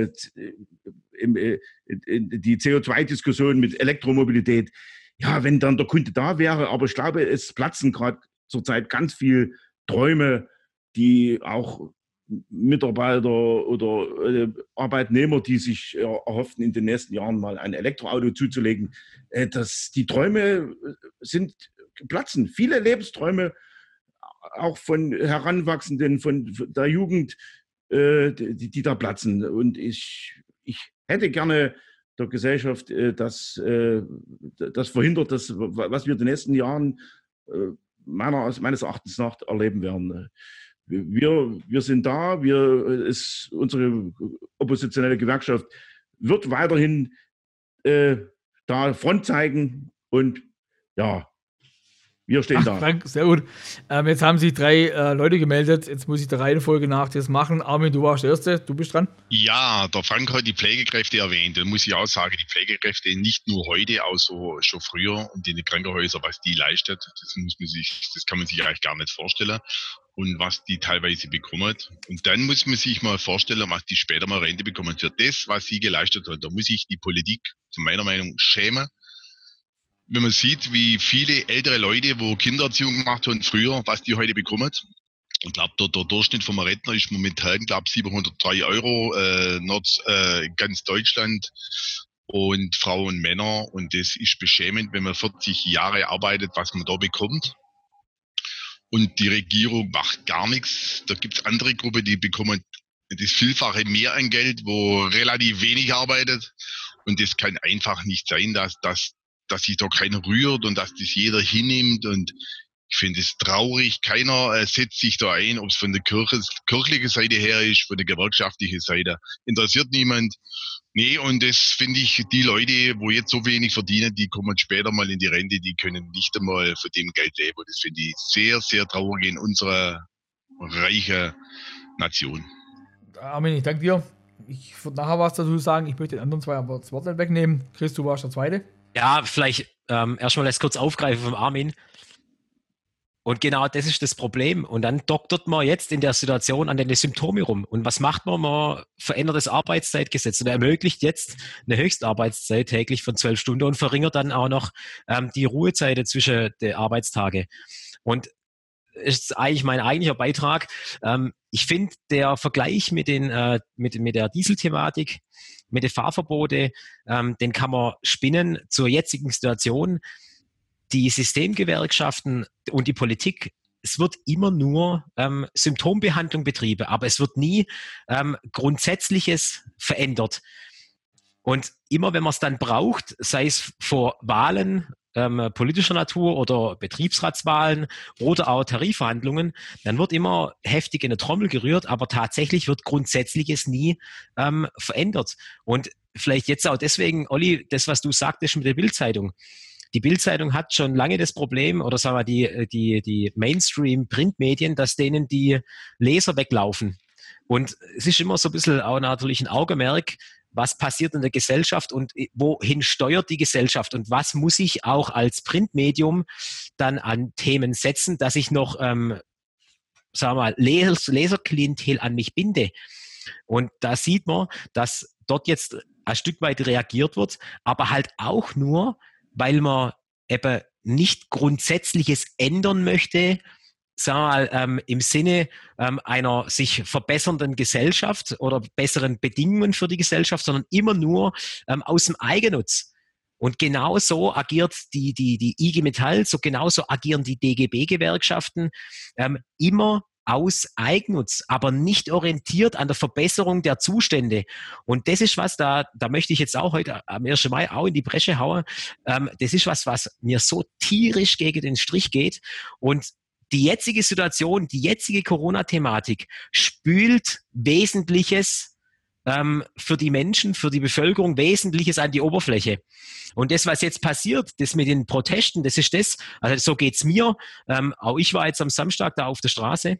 die CO2-Diskussion mit Elektromobilität, ja, wenn dann der Kunde da wäre, aber ich glaube, es platzen gerade zurzeit ganz viel Träume, die auch Mitarbeiter oder Arbeitnehmer, die sich erhofften, in den nächsten Jahren mal ein Elektroauto zuzulegen, dass die Träume platzen. Viele Lebensträume, auch von Heranwachsenden, von der Jugend, die da platzen. Und ich hätte gerne der Gesellschaft das verhindert, was wir in den nächsten Jahren meines Erachtens nach erleben werden. Wir sind da, unsere oppositionelle Gewerkschaft wird weiterhin da Front zeigen und ja, wir stehen da. Frank, sehr gut. Jetzt haben sich 3 Leute gemeldet. Jetzt muss ich der Reihenfolge nach das machen. Armin, du warst der Erste. Du bist dran. Ja, der Frank hat die Pflegekräfte erwähnt. Da muss ich auch sagen, die Pflegekräfte nicht nur heute, auch so schon früher und in den Krankenhäusern, was die leistet, das kann man sich eigentlich gar nicht vorstellen. Und was die teilweise bekommen. Und dann muss man sich mal vorstellen, was die später mal Rente bekommen. Für das, was sie geleistet hat, da muss sich die Politik, zu meiner Meinung, schämen. Wenn man sieht, wie viele ältere Leute, wo Kindererziehung gemacht haben früher, was die heute bekommen. Ich glaube, der Durchschnitt vom Rentner ist momentan, glaube 703 Euro, ganz Deutschland und Frauen und Männer. Und das ist beschämend, wenn man 40 Jahre arbeitet, was man da bekommt. Und die Regierung macht gar nichts. Da gibt es andere Gruppen, die bekommen das Vielfache mehr an Geld, wo relativ wenig arbeitet. Und das kann einfach nicht sein, dass sich da keiner rührt und dass das jeder hinnimmt. Und ich finde es traurig. Keiner setzt sich da ein, ob es von der kirchlichen Seite her ist, von der gewerkschaftlichen Seite. Interessiert niemand. Nee, und das finde ich, die Leute, wo jetzt so wenig verdienen, die kommen später mal in die Rente, die können nicht einmal von dem Geld leben. Das finde ich sehr, sehr traurig in unserer reichen Nation. Armin, ich danke dir. Ich würde nachher was dazu sagen. Ich möchte den anderen 2 aber das Wort nicht wegnehmen. Chris, du warst der Zweite. Ja, vielleicht erstmal das kurz aufgreifen vom Armin. Und genau das ist das Problem. Und dann doktert man jetzt in der Situation an den Symptomen rum. Und was macht man? Man verändert das Arbeitszeitgesetz und ermöglicht jetzt eine Höchstarbeitszeit täglich von 12 Stunden und verringert dann auch noch die Ruhezeiten zwischen den Arbeitstage. Und ist eigentlich mein eigentlicher Beitrag. Ich finde, der Vergleich mit der Dieselthematik, mit den Fahrverboten, den kann man spinnen zur jetzigen Situation. Die Systemgewerkschaften und die Politik, es wird immer nur Symptombehandlung betrieben, aber es wird nie Grundsätzliches verändert. Und immer wenn man es dann braucht, sei es vor Wahlen politischer Natur oder Betriebsratswahlen oder auch Tarifverhandlungen, dann wird immer heftig in eine Trommel gerührt, aber tatsächlich wird Grundsätzliches nie verändert. Und vielleicht jetzt auch deswegen, Olli, das, was du sagtest mit der Bild-Zeitung. Die Bild-Zeitung hat schon lange das Problem, oder sagen wir die Mainstream-Printmedien, dass denen die Leser weglaufen. Und es ist immer so ein bisschen auch natürlich ein Augenmerk, was passiert in der Gesellschaft und wohin steuert die Gesellschaft und was muss ich auch als Printmedium dann an Themen setzen, dass ich noch, sagen wir mal, Leserklientel an mich binde. Und da sieht man, dass dort jetzt ein Stück weit reagiert wird, aber halt auch nur, weil man eben nicht Grundsätzliches ändern möchte, sagen wir mal, im Sinne einer sich verbessernden Gesellschaft oder besseren Bedingungen für die Gesellschaft, sondern immer nur aus dem Eigennutz. Und genauso agiert die IG Metall, so genauso agieren die DGB-Gewerkschaften immer aus Eigennutz, aber nicht orientiert an der Verbesserung der Zustände. Und das ist was, da möchte ich jetzt auch heute am 1. Mai auch in die Bresche hauen. Das ist was mir so tierisch gegen den Strich geht. Und die jetzige Situation, die jetzige Corona-Thematik spült Wesentliches für die Menschen, für die Bevölkerung, Wesentliches an die Oberfläche. Und das, was jetzt passiert, das mit den Protesten, das ist das, also so geht's mir. Auch ich war jetzt am Samstag da auf der Straße.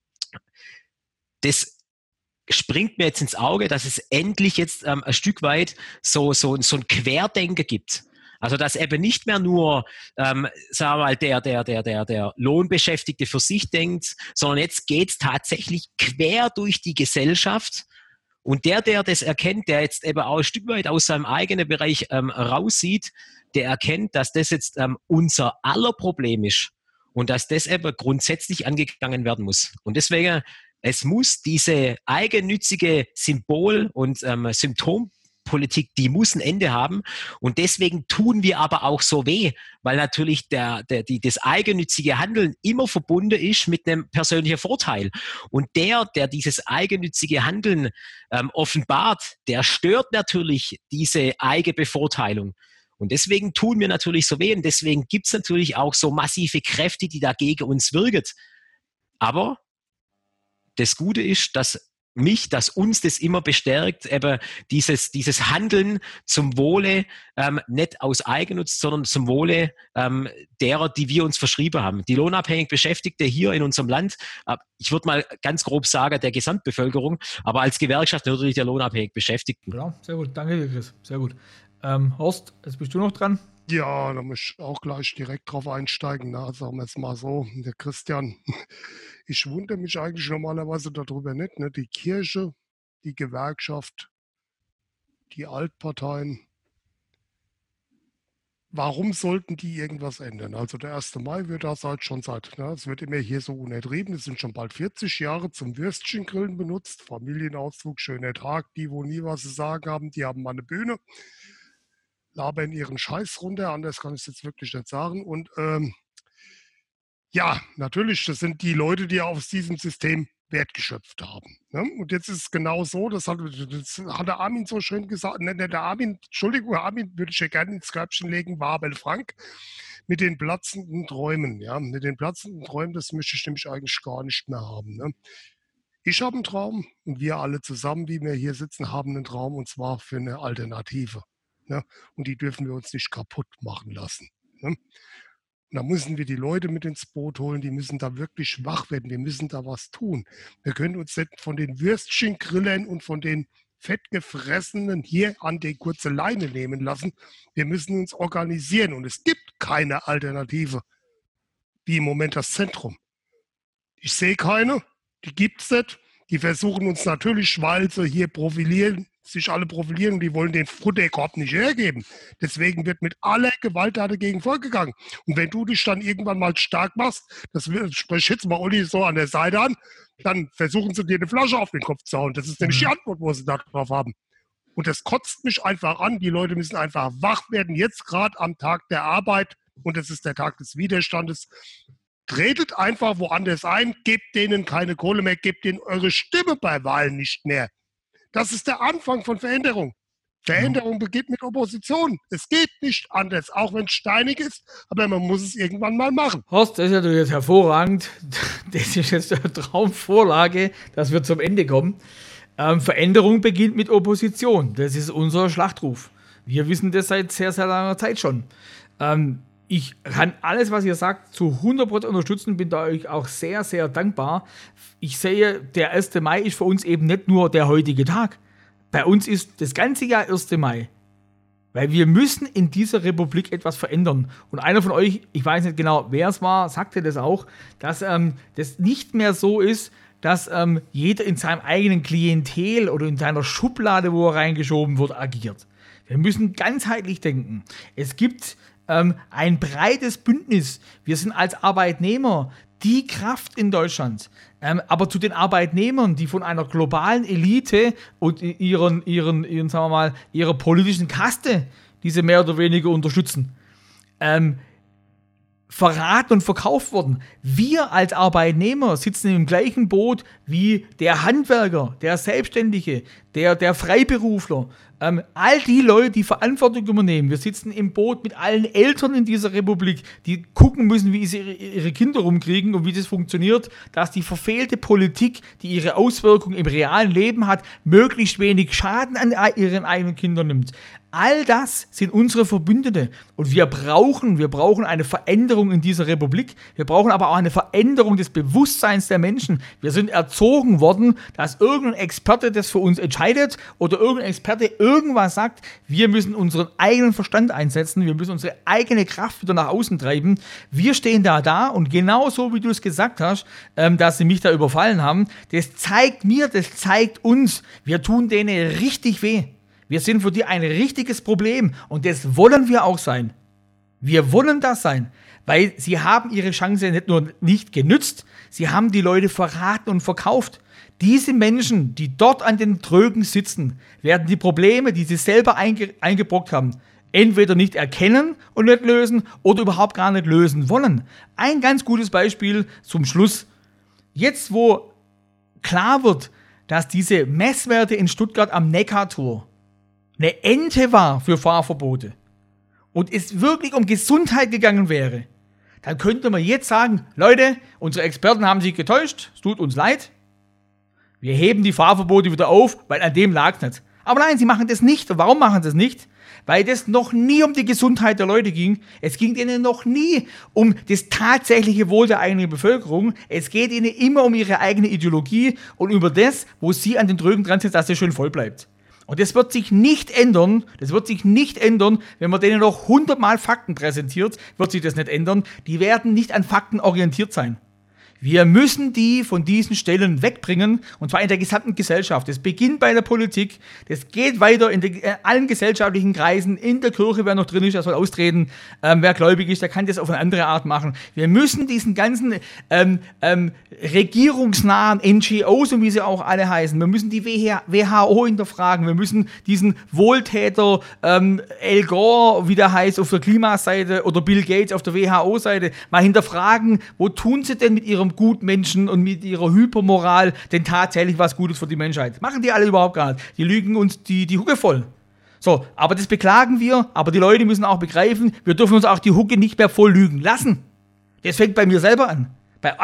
Das springt mir jetzt ins Auge, dass es endlich jetzt ein Stück weit so ein Querdenker gibt. Also dass eben nicht mehr nur, sagen wir mal, der Lohnbeschäftigte für sich denkt, sondern jetzt geht's tatsächlich quer durch die Gesellschaft. Und der das erkennt, der jetzt eben auch ein Stück weit aus seinem eigenen Bereich raussieht, der erkennt, dass das jetzt unser aller Problem ist und dass das eben grundsätzlich angegangen werden muss. Und deswegen, es muss diese eigennützige Symbol- und Symptompolitik, die muss ein Ende haben. Und deswegen tun wir aber auch so weh, weil natürlich das eigennützige Handeln immer verbunden ist mit einem persönlichen Vorteil. Und der dieses eigennützige Handeln offenbart, der stört natürlich diese Eigenbevorteilung. Und deswegen tun wir natürlich so weh und deswegen gibt es natürlich auch so massive Kräfte, die dagegen uns wirken. Aber das Gute ist, dass uns das immer bestärkt, eben dieses Handeln zum Wohle, nicht aus Eigennutz, sondern zum Wohle derer, die wir uns verschrieben haben. Die lohnabhängig Beschäftigte hier in unserem Land, ich würde mal ganz grob sagen, der Gesamtbevölkerung, aber als Gewerkschaft natürlich der lohnabhängig Beschäftigten. Genau, sehr gut. Danke dir, Chris. Sehr gut. Horst, jetzt bist du noch dran. Ja, da muss ich auch gleich direkt drauf einsteigen. Na, sagen wir jetzt mal so, der Christian, ich wundere mich eigentlich normalerweise darüber nicht. Ne? Die Kirche, die Gewerkschaft, die Altparteien, warum sollten die irgendwas ändern? Also der 1. Mai wird das halt schon es wird immer hier so unertrieben, es sind schon bald 40 Jahre zum Würstchengrillen benutzt, Familienausflug, schöner Tag, die, wo nie was zu sagen haben, die haben mal eine Bühne, labern ihren Scheiß runter, anders kann ich es jetzt wirklich nicht sagen. Und ja, natürlich, das sind die Leute, die aus diesem System Wert geschöpft haben. Ne? Und jetzt ist es genau so, das hat der Armin so schön gesagt, Armin würde ich ja gerne ins Körbchen legen, war Abel Frank, mit den platzenden Träumen. Ja? Mit den platzenden Träumen, das möchte ich nämlich eigentlich gar nicht mehr haben. Ne? Ich habe einen Traum und wir alle zusammen, die wir hier sitzen, haben einen Traum, und zwar für eine Alternative. Ne? Und die dürfen wir uns nicht kaputt machen lassen. Ne? Und da müssen wir die Leute mit ins Boot holen, die müssen da wirklich wach werden, wir müssen da was tun. Wir können uns nicht von den Würstchengrillern und von den Fettgefressenen hier an die kurze Leine nehmen lassen. Wir müssen uns organisieren und es gibt keine Alternative, wie im Moment das Zentrum. Ich sehe keine, die gibt es nicht. Die versuchen uns natürlich, weil sie hier sich alle profilieren und die wollen den Futterkorb nicht hergeben. Deswegen wird mit aller Gewalt dagegen vorgegangen. Und wenn du dich dann irgendwann mal stark machst, das spreche ich jetzt mal Olli so an der Seite an, dann versuchen sie dir eine Flasche auf den Kopf zu hauen. Das ist nämlich die Antwort, wo sie darauf haben. Und das kotzt mich einfach an. Die Leute müssen einfach wach werden, jetzt gerade am Tag der Arbeit. Und das ist der Tag des Widerstandes. Tretet einfach woanders ein, gebt denen keine Kohle mehr, gebt denen eure Stimme bei Wahlen nicht mehr. Das ist der Anfang von Veränderung. Veränderung beginnt mit Opposition. Es geht nicht anders, auch wenn es steinig ist, aber man muss es irgendwann mal machen. Horst, das ist natürlich jetzt hervorragend. Das ist jetzt eine Traumvorlage, dass wir zum Ende kommen. Veränderung beginnt mit Opposition. Das ist unser Schlachtruf. Wir wissen das seit sehr, sehr langer Zeit schon. Ich kann alles, was ihr sagt, zu 100% unterstützen, bin da euch auch sehr, sehr dankbar. Ich sehe, der 1. Mai ist für uns eben nicht nur der heutige Tag. Bei uns ist das ganze Jahr 1. Mai. Weil wir müssen in dieser Republik etwas verändern. Und einer von euch, ich weiß nicht genau, wer es war, sagte das auch, dass das nicht mehr so ist, dass jeder in seinem eigenen Klientel oder in seiner Schublade, wo er reingeschoben wird, agiert. Wir müssen ganzheitlich denken. Es gibt ein breites Bündnis. Wir sind als Arbeitnehmer die Kraft in Deutschland. Aber zu den Arbeitnehmern, die von einer globalen Elite und sagen wir mal, ihrer politischen Kaste diese mehr oder weniger unterstützen, verraten und verkauft wurden. Wir als Arbeitnehmer sitzen im gleichen Boot wie der Handwerker, der Selbstständige, der Freiberufler. All die Leute, die Verantwortung übernehmen. Wir sitzen im Boot mit allen Eltern in dieser Republik, die gucken müssen, wie sie ihre Kinder rumkriegen und wie das funktioniert, dass die verfehlte Politik, die ihre Auswirkungen im realen Leben hat, möglichst wenig Schaden an ihren eigenen Kindern nimmt. All das sind unsere Verbündete. Und wir brauchen eine Veränderung in dieser Republik. Wir brauchen aber auch eine Veränderung des Bewusstseins der Menschen. Wir sind erzogen worden, dass irgendein Experte das für uns entscheidet oder irgendein Experte irgendwas sagt. Wir müssen unseren eigenen Verstand einsetzen. Wir müssen unsere eigene Kraft wieder nach außen treiben. Wir stehen da und genauso wie du es gesagt hast, dass sie mich da überfallen haben, das zeigt uns, wir tun denen richtig weh. Wir sind für die ein richtiges Problem und das wollen wir auch sein. Wir wollen das sein, weil sie haben ihre Chance nicht nur nicht genützt, sie haben die Leute verraten und verkauft. Diese Menschen, die dort an den Trögen sitzen, werden die Probleme, die sie selber eingebrockt haben, entweder nicht erkennen und nicht lösen oder überhaupt gar nicht lösen wollen. Ein ganz gutes Beispiel zum Schluss. Jetzt, wo klar wird, dass diese Messwerte in Stuttgart am Neckartor eine Ente war für Fahrverbote und es wirklich um Gesundheit gegangen wäre, dann könnte man jetzt sagen, Leute, unsere Experten haben sich getäuscht, es tut uns leid, wir heben die Fahrverbote wieder auf, weil an dem lag es nicht. Aber nein, sie machen das nicht. Und warum machen sie das nicht? Weil das noch nie um die Gesundheit der Leute ging. Es ging ihnen noch nie um das tatsächliche Wohl der eigenen Bevölkerung. Es geht ihnen immer um ihre eigene Ideologie und über das, wo sie an den Trögen dran sind, dass es schön voll bleibt. Und das wird sich nicht ändern, wenn man denen noch 100-mal Fakten präsentiert, wird sich das nicht ändern. Die werden nicht an Fakten orientiert sein. Wir müssen die von diesen Stellen wegbringen, und zwar in der gesamten Gesellschaft. Das beginnt bei der Politik, das geht weiter in allen gesellschaftlichen Kreisen, in der Kirche, wer noch drin ist, der soll austreten, wer gläubig ist, der kann das auf eine andere Art machen. Wir müssen diesen ganzen regierungsnahen NGOs, und wie sie auch alle heißen, wir müssen die WHO hinterfragen, wir müssen diesen Wohltäter Al Gore, wie der heißt, auf der Klimaseite oder Bill Gates auf der WHO-Seite, mal hinterfragen, wo tun sie denn mit ihrem Gutmenschen und mit ihrer Hypermoral denn tatsächlich was Gutes für die Menschheit? Machen die alle überhaupt gar nicht. Die lügen uns die Hucke voll. So, aber das beklagen wir, aber die Leute müssen auch begreifen, wir dürfen uns auch die Hucke nicht mehr voll lügen lassen. Das fängt bei mir selber an. Bei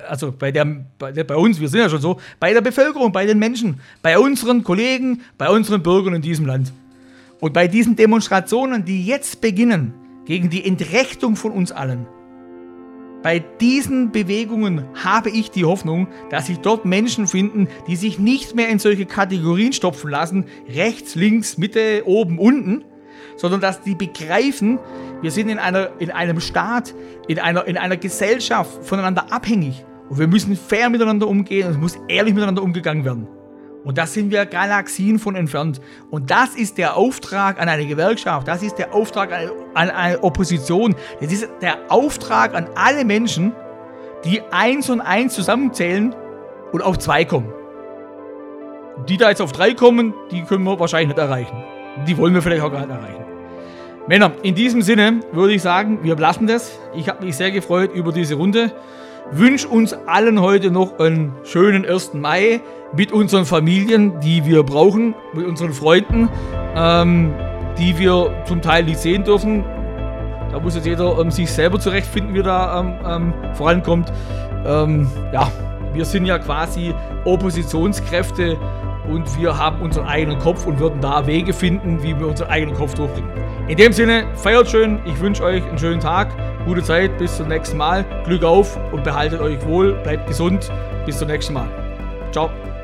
uns, wir sind ja schon so, bei der Bevölkerung, bei den Menschen, bei unseren Kollegen, bei unseren Bürgern in diesem Land. Und bei diesen Demonstrationen, die jetzt beginnen, gegen die Entrechtung von uns allen, bei diesen Bewegungen habe ich die Hoffnung, dass sich dort Menschen finden, die sich nicht mehr in solche Kategorien stopfen lassen, rechts, links, Mitte, oben, unten, sondern dass die begreifen, wir sind in einem Staat, in einer Gesellschaft voneinander abhängig und wir müssen fair miteinander umgehen und es muss ehrlich miteinander umgegangen werden. Und da sind wir Galaxien von entfernt. Und das ist der Auftrag an eine Gewerkschaft, das ist der Auftrag an eine Opposition, das ist der Auftrag an alle Menschen, die 1 und 1 zusammenzählen und auf 2 kommen. Die da jetzt auf 3 kommen, die können wir wahrscheinlich nicht erreichen. Die wollen wir vielleicht auch gar nicht erreichen. Männer, in diesem Sinne würde ich sagen, wir lassen das. Ich habe mich sehr gefreut über diese Runde. Wünsche uns allen heute noch einen schönen 1. Mai mit unseren Familien, die wir brauchen, mit unseren Freunden, die wir zum Teil nicht sehen dürfen. Da muss jetzt jeder sich selber zurechtfinden, wie er da vorankommt. Wir sind ja quasi Oppositionskräfte und wir haben unseren eigenen Kopf und würden da Wege finden, wie wir unseren eigenen Kopf durchbringen. In dem Sinne, feiert schön, ich wünsche euch einen schönen Tag, gute Zeit, bis zum nächsten Mal, Glück auf und behaltet euch wohl, bleibt gesund, bis zum nächsten Mal. Ciao.